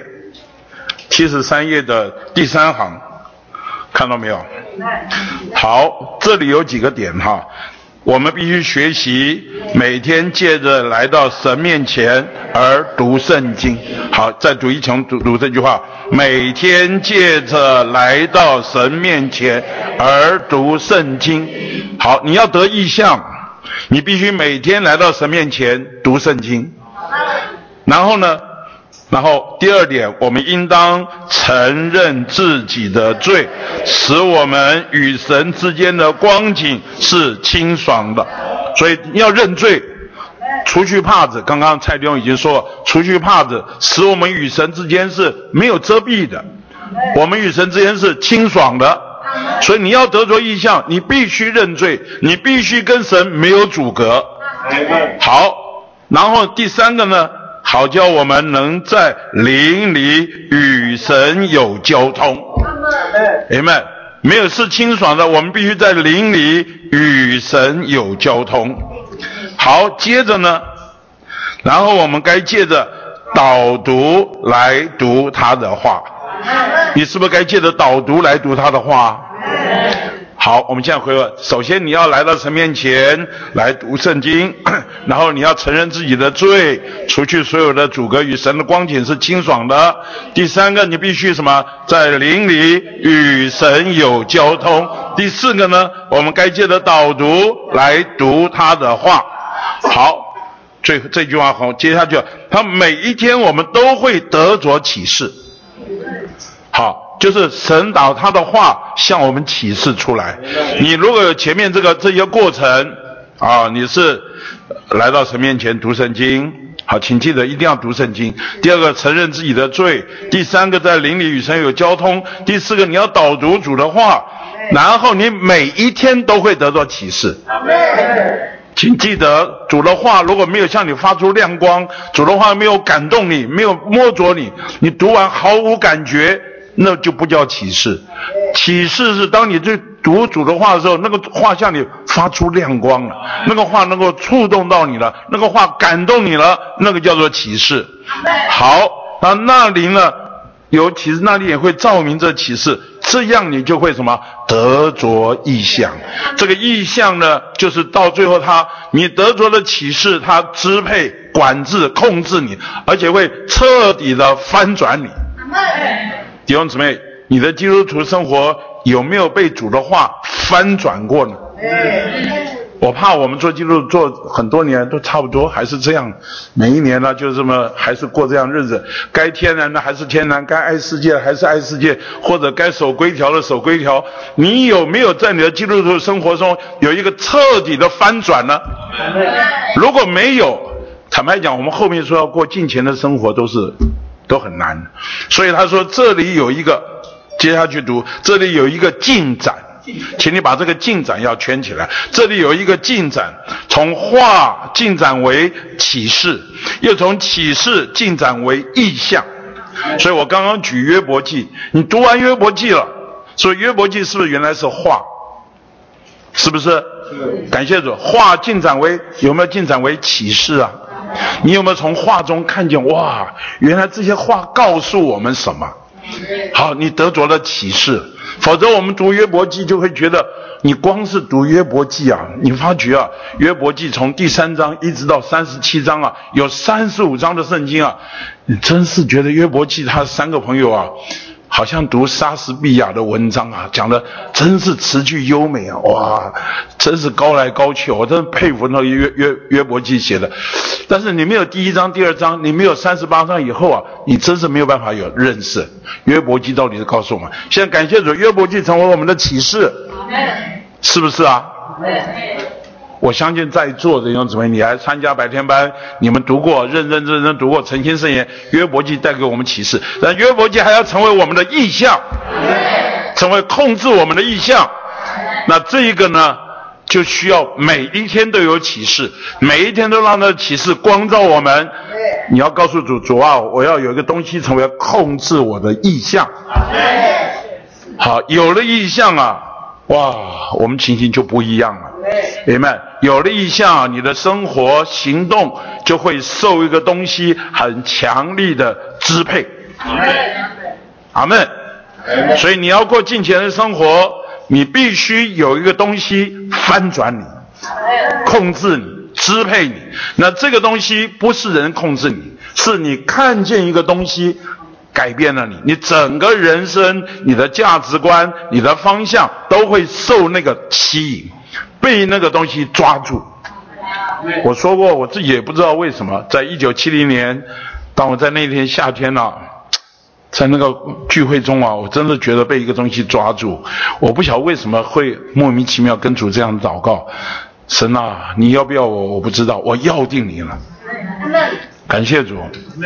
，73页的第3行，看到没有？好，这里有几个点哈，我们必须学习，每天借着来到神面前而读圣经。好，再读一重，读这句话，每天借着来到神面前而读圣经。好，你要得意象，你必须每天来到神面前读圣经。然后呢，第二点，我们应当承认自己的罪，使我们与神之间的光景是清爽的。所以要认罪，除去帕子，刚刚蔡弟兄已经说了，除去帕子，使我们与神之间是没有遮蔽的，我们与神之间是清爽的。所以你要得着异象，你必须认罪，你必须跟神没有阻隔。好，然后第三个呢，好叫我们能在灵里与神有交通。Amen。没有是清爽的，我们必须在灵里与神有交通。好，接着呢，然后我们该借着导读来读他的话。你是不是该借着导读来读他的话？好，我们现在回来，首先你要来到神面前来读圣经，然后你要承认自己的罪，除去所有的阻隔，与神的光景是清爽的。第三个，你必须什么？在灵里与神有交通。第四个呢，我们该借着导读来读他的话。好，这句话好，接下去他每一天我们都会得着启示。好，就是神导他的话向我们启示出来。你如果有前面这些过程啊，你是来到神面前读圣经。好，请记得一定要读圣经。第二个，承认自己的罪。第三个，在灵里与神有交通。第四个，你要导读主的话，然后你每一天都会得到启示。请记得，主的话如果没有向你发出亮光，主的话没有感动你，没有摸着你，你读完毫无感觉，那就不叫启示。启示是当你去读主的话的时候，那个话向你发出亮光了，那个话能够触动到你了，那个话感动你了，那个叫做启示。好，那里呢有启示，那里也会照明这启示，这样你就会什么？得着异象。这个异象呢，就是到最后你得着的启示，它支配、管制、控制你，而且会彻底的翻转你。弟兄姊妹，你的基督徒生活有没有被主的话翻转过呢？ 我怕我们做基督徒做很多年都差不多还是这样，每一年呢就这么还是过这样日子，该天然的还是天然，该爱世界的还是爱世界，或者该守规条的守规条。你有没有在你的基督徒生活中有一个彻底的翻转呢？如果没有，坦白讲，我们后面说要过敬虔的生活都很难。所以他说这里有一个，接下去读，这里有一个进展，请你把这个进展要圈起来。这里有一个进展，从话进展为启示，又从启示进展为意象。所以我刚刚举约伯记，你读完约伯记了，所以约伯记是不是原来是话？是不是？感谢主，话进展为，有没有进展为启示啊？你有没有从话中看见，哇，原来这些话告诉我们什么？好，你得着了启示。否则我们读约伯记就会觉得，你光是读约伯记啊，你发觉啊，约伯记从第3章一直到37章啊，有35章的圣经啊，你真是觉得约伯记他3个朋友啊，好像读莎士比亚的文章啊，讲的真是词句优美啊，哇，真是高来高去，我真的佩服那个约伯记写的。但是你没有第1章、第2章，你没有38章以后啊，你真是没有办法有认识约伯记到底是告诉我们。现在感谢主，约伯记成为我们的启示，是不是啊？我相信在座的弟兄姊妹，你还参加白天班，你们读过认真读过诚心圣言，约伯记带给我们启示，但约伯记还要成为我们的意象，成为控制我们的意象。那这一个呢，就需要每一天都有启示，每一天都让那启示光照我们。你要告诉主啊，我要有一个东西成为控制我的意象。好，有了意象啊，哇，我们情形就不一样了。Amen。有了意象，你的生活行动就会受一个东西很强力的支配。阿们。所以你要过敬虔的生活，你必须有一个东西翻转你，控制你，支配你。那这个东西不是人控制你，是你看见一个东西改变了你，你整个人生，你的价值观，你的方向都会受那个吸引，被那个东西抓住。我说过，我自己也不知道为什么，在1970年，当我在那天夏天啊，在那个聚会中啊，我真的觉得被一个东西抓住。我不晓得为什么会莫名其妙跟主这样祷告，神啊，你要不要我不知道，我要定你了。感谢主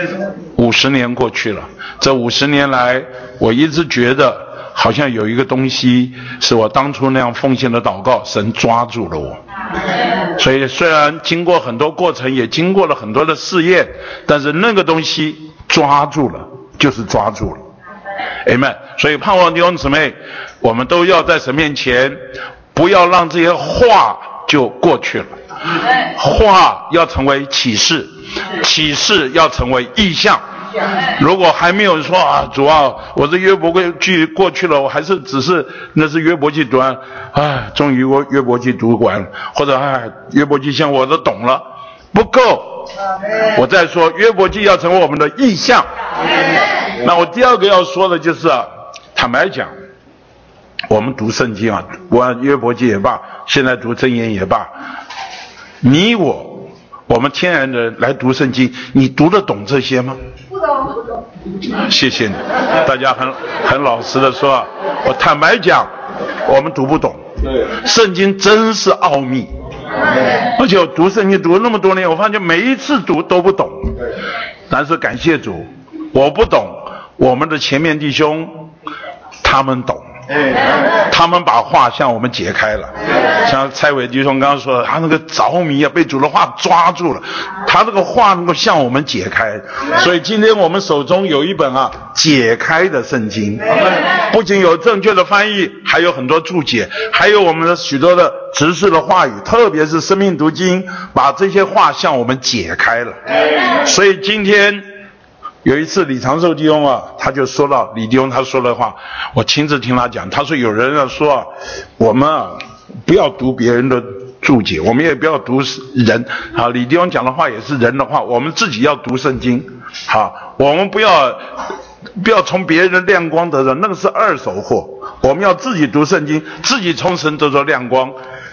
，50年过去了，这50年来，我一直觉得好像有一个东西是我当初那样奉献的祷告，神抓住了我。所以虽然经过很多过程，也经过了很多的试验，但是那个东西抓住了，就是抓住了。Amen。所以盼望弟兄姊妹，我们都要在神面前，不要让这些话就过去了，话要成为启示，启示要成为意象。如果还没有说啊，主啊，我这约伯记过去了，我还是只是那是约伯记读完，终于我约伯记读完了，或者约伯记像我都懂了，不够。我再说约伯记要成为我们的意象。那我第二个要说的就是坦白讲，我们读圣经啊，我约伯记也罢，现在读箴言也罢，你我们天然的来读圣经，你读得懂这些吗？不懂。谢谢你，大家很老实的说，我坦白讲，我们读不懂。圣经真是奥秘，而且我读圣经读了那么多年，我发现每一次读都不懂。但是感谢主，我不懂，我们的前面弟兄他们懂。他们把话向我们解开了，像蔡伟弟兄刚刚说的，他那个着迷啊，被主的话抓住了，他这个话能够向我们解开。所以今天我们手中有一本解开的圣经，不仅有正确的翻译，还有很多注解，还有我们的许多的执事的话语，特别是生命读经，把这些话向我们解开了。所以今天有一次李长寿弟兄他就说到，李弟兄他说的话，我亲自听他讲，他说有人说我们不要读别人的注解，我们也不要读人李弟兄讲的话也是人的话，我们自己要读圣经我们不要从别人的亮光得着，那个是二手货，我们要自己读圣经，自己从神得着亮光。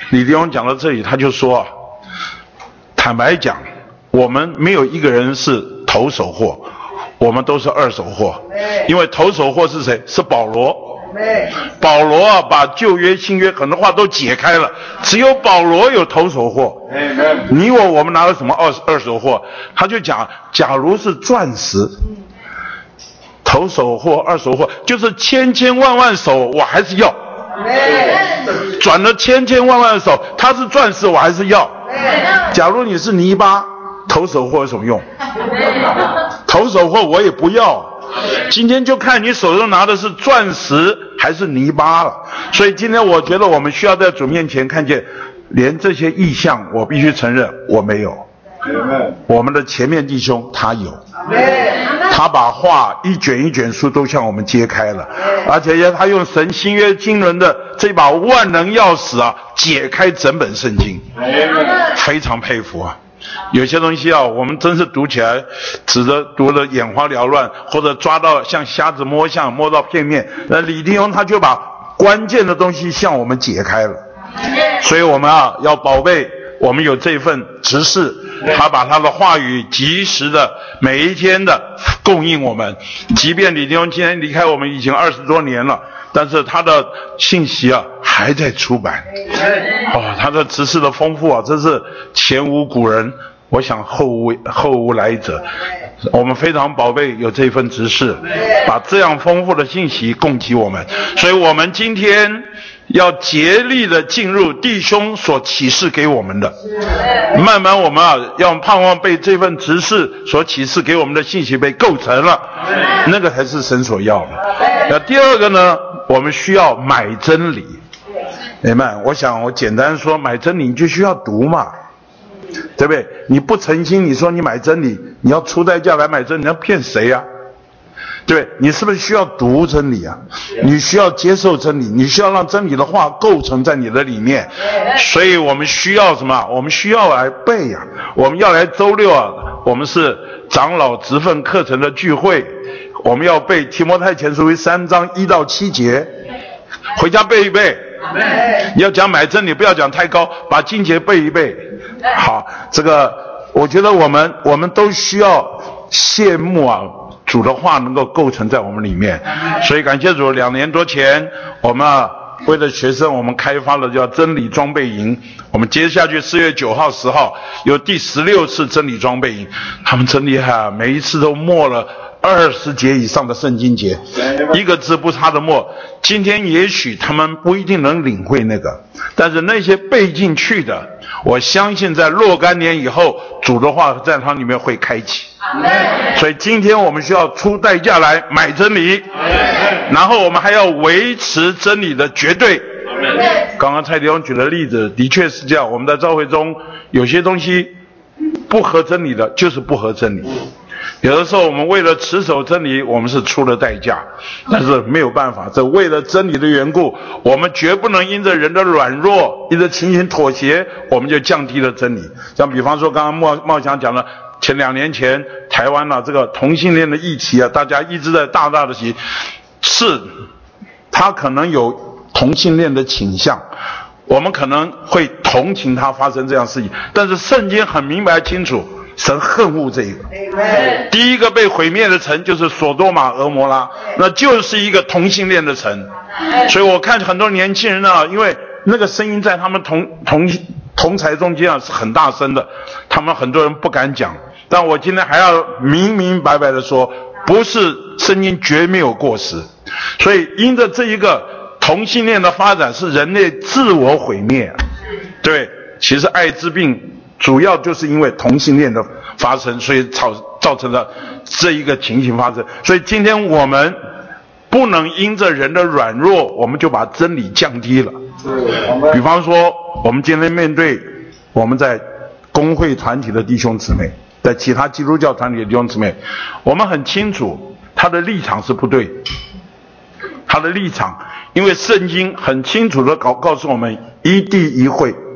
李弟兄讲到这里，他就说啊，坦白讲，我们没有一个人是头手货，我们都是二手货。因为头手货是谁？是保罗。保罗啊，把旧约新约很多话都解开了，只有保罗有头手货。你我们拿了什么二手货？他就讲，假如是钻石，头手货二手货就是千千万万手，我还是要。转了千千万万手，它是钻石我还是要。假如你是泥巴，头手货有什么用？头手货我也不要。今天就看你手中拿的是钻石还是泥巴了。所以今天我觉得我们需要在主面前看见，连这些意象我必须承认我没有，我们的前面弟兄他有，他把话一卷一卷书都向我们揭开了，而且他用神新约经纶的这把万能钥匙啊，解开整本圣经，非常佩服啊。有些东西啊，我们真是读起来指着读得眼花缭乱，或者抓到像瞎子摸象，摸到片面。那李弟兄他就把关键的东西向我们解开了，所以我们啊要宝贝我们有这份执事，他把他的话语及时的每一天的供应我们。即便李弟兄今天离开我们已经20多年了，但是他的信息啊还在出版。他的知识的丰富啊，真是前无古人，我想后无来者。我们非常宝贝有这份知识，把这样丰富的信息供给我们。所以我们今天要竭力的进入弟兄所启示给我们的，慢慢我们啊要盼望被这份知识所启示给我们的信息被构成了，那个才是神所要的。那第二个呢，我们需要买真理。我想我简单说，买真理你就需要读嘛，对不对？你不诚心，你说你买真理，你要出代价来买真理，你要骗谁啊？对，你是不是需要读真理啊？你需要接受真理，你需要让真理的话构成在你的里面。所以我们需要什么？我们需要来背啊，我们要来周六啊，我们是长老职分课程的聚会，我们要背提摩太前书3章1到7节，回家背一背。你要讲买真理，不要讲太高，把经节背一背。好，这个我觉得我们都需要羡慕啊，主的话能够构成在我们里面。所以感谢主，2年多前我们啊为了学生，我们开发了叫真理装备营。我们接下去4月9号10号有第16次真理装备营，他们真厉害啊，每一次都默了20节以上的圣经节，一个字不差的默。今天也许他们不一定能领会那个，但是那些背进去的，我相信在若干年以后，主的话在它里面会开启。所以今天我们需要出代价来买真理，然后我们还要维持真理的绝对。刚刚蔡弟兄举的例子的确是这样，我们在教会中有些东西不合真理的就是不合真理，有的时候我们为了持守真理，我们是出了代价，但是没有办法，这为了真理的缘故，我们绝不能因着人的软弱，因着情形妥协，我们就降低了真理。像比方说刚刚茂祥讲了，前2年前台湾这个同性恋的议题啊，大家一直在大的提，是他可能有同性恋的倾向，我们可能会同情他发生这样的事情，但是圣经很明白清楚，神恨恶这个。第一个被毁灭的城就是索多玛俄摩拉，那就是一个同性恋的城。所以我看很多年轻人啊，因为那个声音在他们同侪中间啊是很大声的，他们很多人不敢讲。但我今天还要明明白白的说，不是圣经绝没有过失。所以因着这一个同性恋的发展是人类自我毁灭。对，其实艾滋病主要就是因为同性恋的发生，所以造成了这一个情形发生。所以今天我们不能因着人的软弱，我们就把真理降低了。比方说我们今天面对我们在公会团体的弟兄姊妹，在其他基督教团体的弟兄姊妹，我们很清楚他的立场是不对，他的立场因为圣经很清楚的告诉我们一地一会，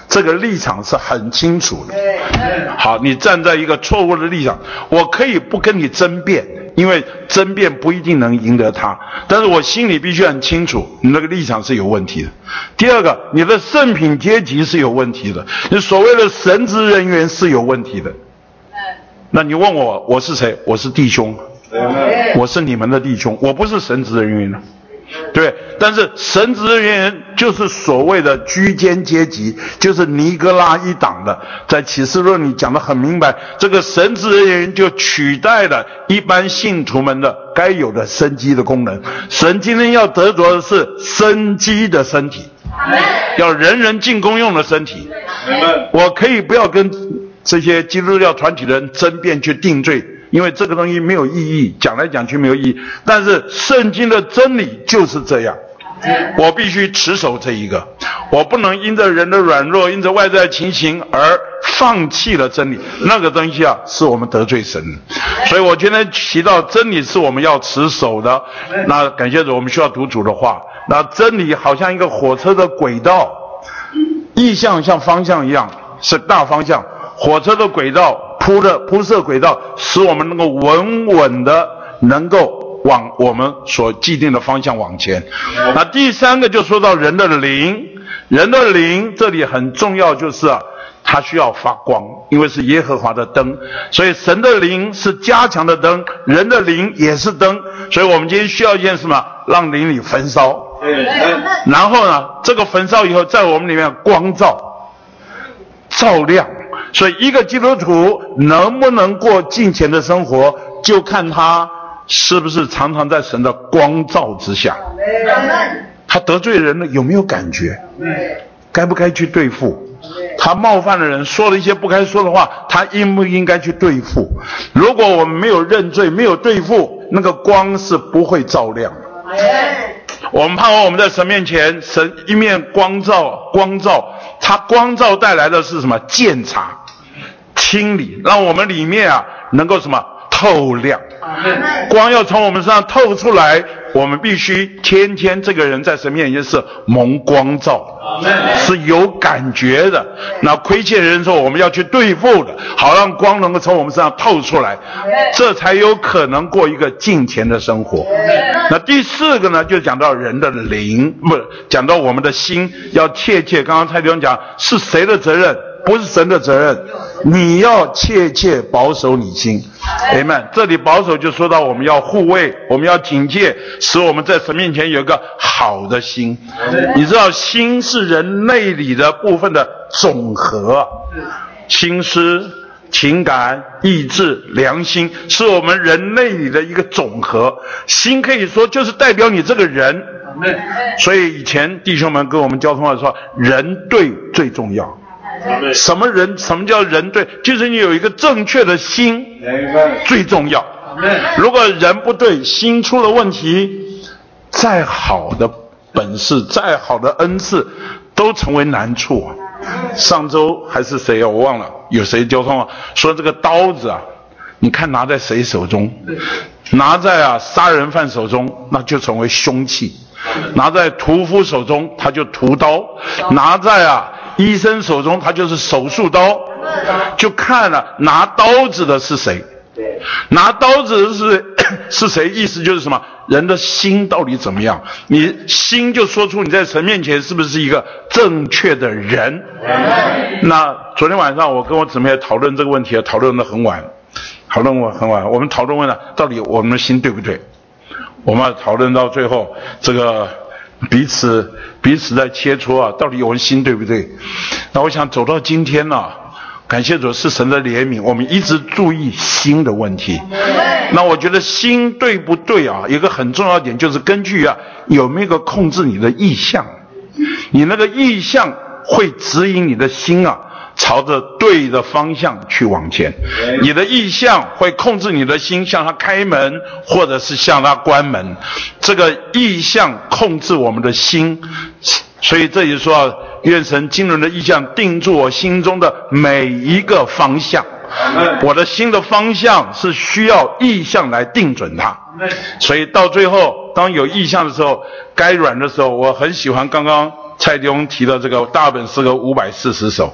这个立场是很清楚的。好，你站在一个错误的立场，我可以不跟你争辩，因为争辩不一定能赢得他，但是我心里必须很清楚，你那个立场是有问题的。第二个，你的圣品阶级是有问题的，你所谓的神职人员是有问题的。那你问我，我是谁？我是弟兄，我是你们的弟兄，我不是神职人员了。对，但是神职人员就是所谓的居间阶级，就是尼哥拉一党的，在启示录里讲得很明白，这个神职人员就取代了一般信徒们的该有的生机的功能。神今天要得着的是生机的身体，要人人尽公用的身体。我可以不要跟这些基督教团体的人争辩去定罪，因为这个东西没有意义，讲来讲去没有意义。但是圣经的真理就是这样，我必须持守这一个，我不能因着人的软弱，因着外在情形而放弃了真理。那个东西啊，是我们得罪神的。所以我今天提到真理是我们要持守的。那感谢主，我们需要读主的话。那真理好像一个火车的轨道，意象像方向一样，是大方向。火车的轨道铺设轨道，使我们能够稳稳的能够往我们所既定的方向往前。那第三个就说到人的灵，人的灵这里很重要，就是它需要发光，因为是耶和华的灯，所以神的灵是加强的灯，人的灵也是灯。所以我们今天需要一件什么？让灵里焚烧，然后呢，这个焚烧以后在我们里面光照亮。所以一个基督徒能不能过敬虔的生活，就看他是不是常常在神的光照之下。他得罪人了有没有感觉？该不该去对付？他冒犯的人说了一些不该说的话，他应不应该去对付？如果我们没有认罪，没有对付，那个光是不会照亮的。我们盼望我们在神面前，神一面光照，它光照带来的是什么？鉴察、清理，让我们里面能够什么？透亮。光要从我们身上透出来，我们必须天天这个人在神面前是蒙光照，是有感觉的。那亏欠人说我们要去对付的，好让光能够从我们身上透出来，这才有可能过一个敬虔的生活。那第四个呢，就讲到人的灵，不是讲到我们的心要切切。刚刚蔡弟兄讲是谁的责任？不是神的责任，你要切切保守你心。Amen。这里保守就说到我们要护卫，我们要警戒，使我们在神面前有一个好的心。你知道心是人内里的部分的总和，心思、情感、意志、良心是我们人内里的一个总和。心可以说就是代表你这个人。所以以前弟兄们跟我们交通的说，人对最重要。什么叫人对？就是你有一个正确的心最重要。如果人不对，心出了问题，再好的本事，再好的恩赐都成为难处。上周还是谁我忘了，有谁交通说这个刀子你看拿在谁手中？拿在杀人犯手中，那就成为凶器；拿在屠夫手中，他就屠刀；拿在医生手中，他就是手术刀。就看拿刀子的是谁，拿刀子的是谁？意思就是什么？人的心到底怎么样？你心就说出你在神面前是不是一个正确的人。那昨天晚上我跟我姊妹讨论这个问题，讨论得很晚。我们讨论到底我们的心对不对？我们讨论到最后，这个彼此在切磋到底我们心对不对？那我想走到今天感谢主是神的怜悯，我们一直注意心的问题。那我觉得心对不对一个很重要点就是根据有没有个控制你的意向，你那个意向会指引你的心朝着对的方向去往前。你的意向会控制你的心，向它开门或者是向它关门。这个意向控制我们的心，所以这里说愿神惊人的意向定住我心中的每一个方向。我的心的方向是需要意向来定准它。所以到最后当有意向的时候，该软的时候，我很喜欢刚刚蔡弟兄提的这个大本诗歌540首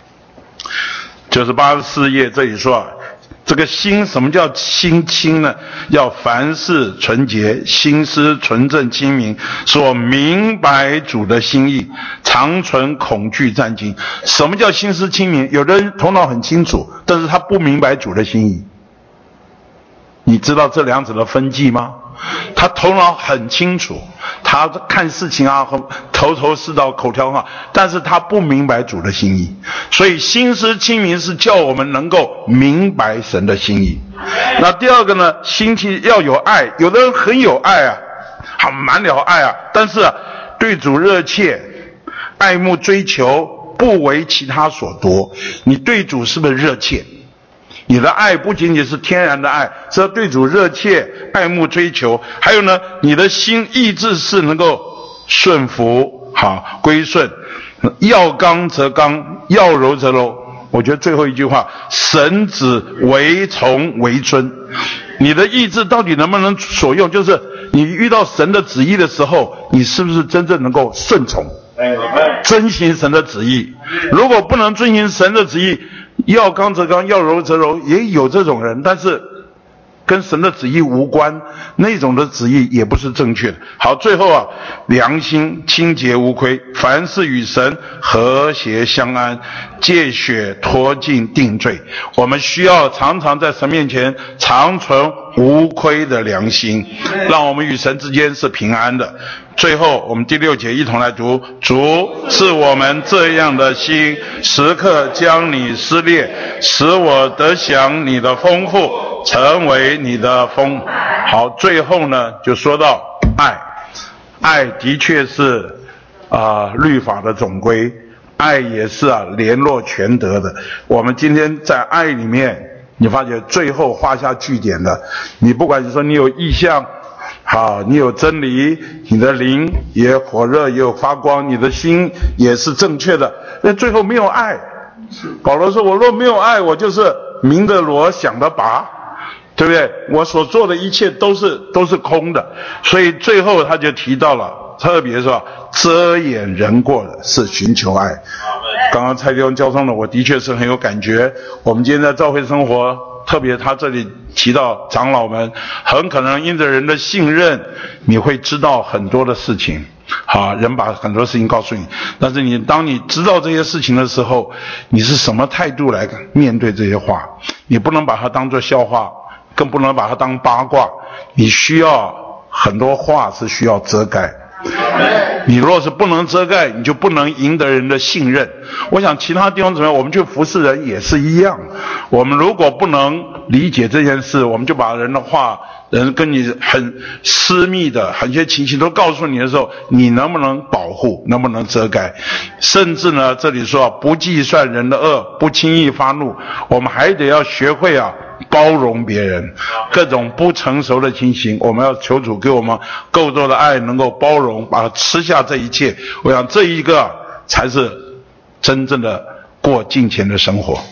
，94页这里说这个心，什么叫心清呢？要凡事纯洁，心思纯正清明，所明白主的心意，常存恐惧战兢。什么叫心思清明？有的人头脑很清楚，但是他不明白主的心意。你知道这两者的分际吗？他头脑很清楚，他看事情啊头头是道，口条话，但是他不明白主的心意。所以心思清明是叫我们能够明白神的心意。那第二个呢，心气要有爱。有的人很有爱啊，满了爱啊，但是对主热切，爱慕追求，不为其他所夺。你对主是不是热切？你的爱不仅仅是天然的爱，是要对主热切、爱慕追求。还有呢，你的心意志是能够顺服，归顺。要刚则刚，要柔则柔。我觉得最后一句话，神只为从为尊。你的意志到底能不能所用？就是你遇到神的旨意的时候，你是不是真正能够顺从，遵行神的旨意？如果不能遵行神的旨意，要刚则刚，要柔则柔，也有这种人，但是跟神的旨意无关，那种的旨意也不是正确的。好，最后良心清洁无亏，凡事与神和谐相安，借血脱尽定罪。我们需要常常在神面前常存无亏的良心，让我们与神之间是平安的。最后我们第6节一同来读，主赐我们这样的心，时刻将你撕裂，使我得享你的丰富，成为你的丰。好，最后呢就说到爱的确是律法的总归，爱也是联络全德的。我们今天在爱里面，你发觉最后画下句点的，你不管是说你有意向，你有真理，你的灵也火热也有发光，你的心也是正确的，那最后没有爱。保罗说，我若没有爱，我就是明的罗想的拔，对不对？我所做的一切都是空的。所以最后他就提到了，特别说遮掩人过的是寻求爱。刚刚蔡弟兄教上的，我的确是很有感觉。我们今天在教会生活，特别他这里提到长老们，很可能因着人的信任，你会知道很多的事情。人把很多事情告诉你，但是当你知道这些事情的时候，你是什么态度来面对这些话？你不能把它当作笑话，更不能把它当八卦。你需要很多话是需要遮盖。你若是不能遮盖，你就不能赢得人的信任。我想其他地方怎么样，我们去服侍人也是一样。我们如果不能理解这件事，我们就把人的话，人跟你很私密的很些情形都告诉你的时候，你能不能保护，能不能遮盖？甚至呢，这里说不计算人的恶，不轻易发怒，我们还得要学会包容别人，各种不成熟的情形，我们要求主给我们够多的爱，能够包容，把它吃下这一切。我想这一个才是真正的过敬虔的生活。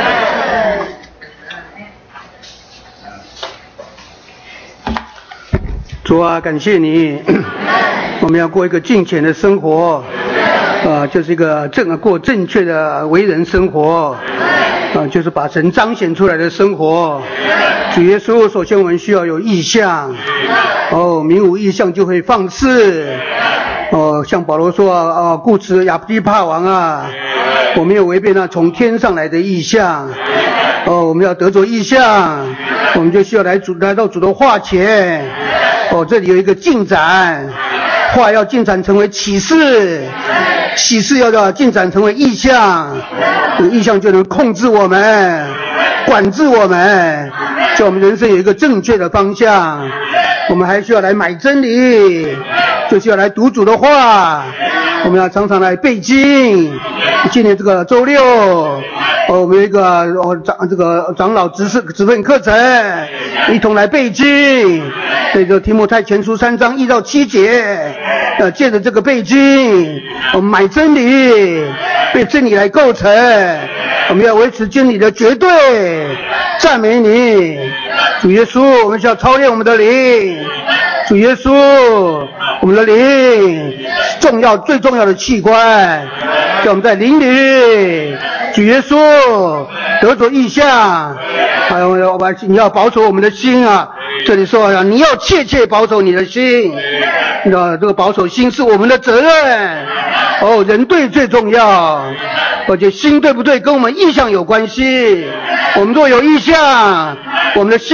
主啊，感谢你，我们要过一个敬虔的生活，就是一个过正确的为人生活，就是把神彰显出来的生活。主耶稣，首先我们需要有意向，民无意向就会放肆。像保罗说故此亚基帕王我们要违背那从天上来的意向。我们要得着意向，我们就需要来到主的话前。这里有一个进展，话要进展成为启示，启示要进展成为意向，有意向就能控制我们，管制我们，叫我们人生有一个正确的方向。我们还需要来买真理，就需要来读主的话，我们要常常来背经。今年这个周六我们有一个长老职分课程，一同来背经。这个提摩太前书3章1到7节，借着这个背经，我们买真理，被真理来构成，我们要维持真理的绝对。赞美你，主耶稣，我们需要操练我们的灵。主耶稣，我们的灵最重要的器官，叫我们在灵里举耶稣，得着异象。还有你要保守我们的心啊！这里说啊，你要切切保守你的心，这个保守心是我们的责任。哦，人对最重要，而且心对不对跟我们意向有关系。我们若有意向，我们的心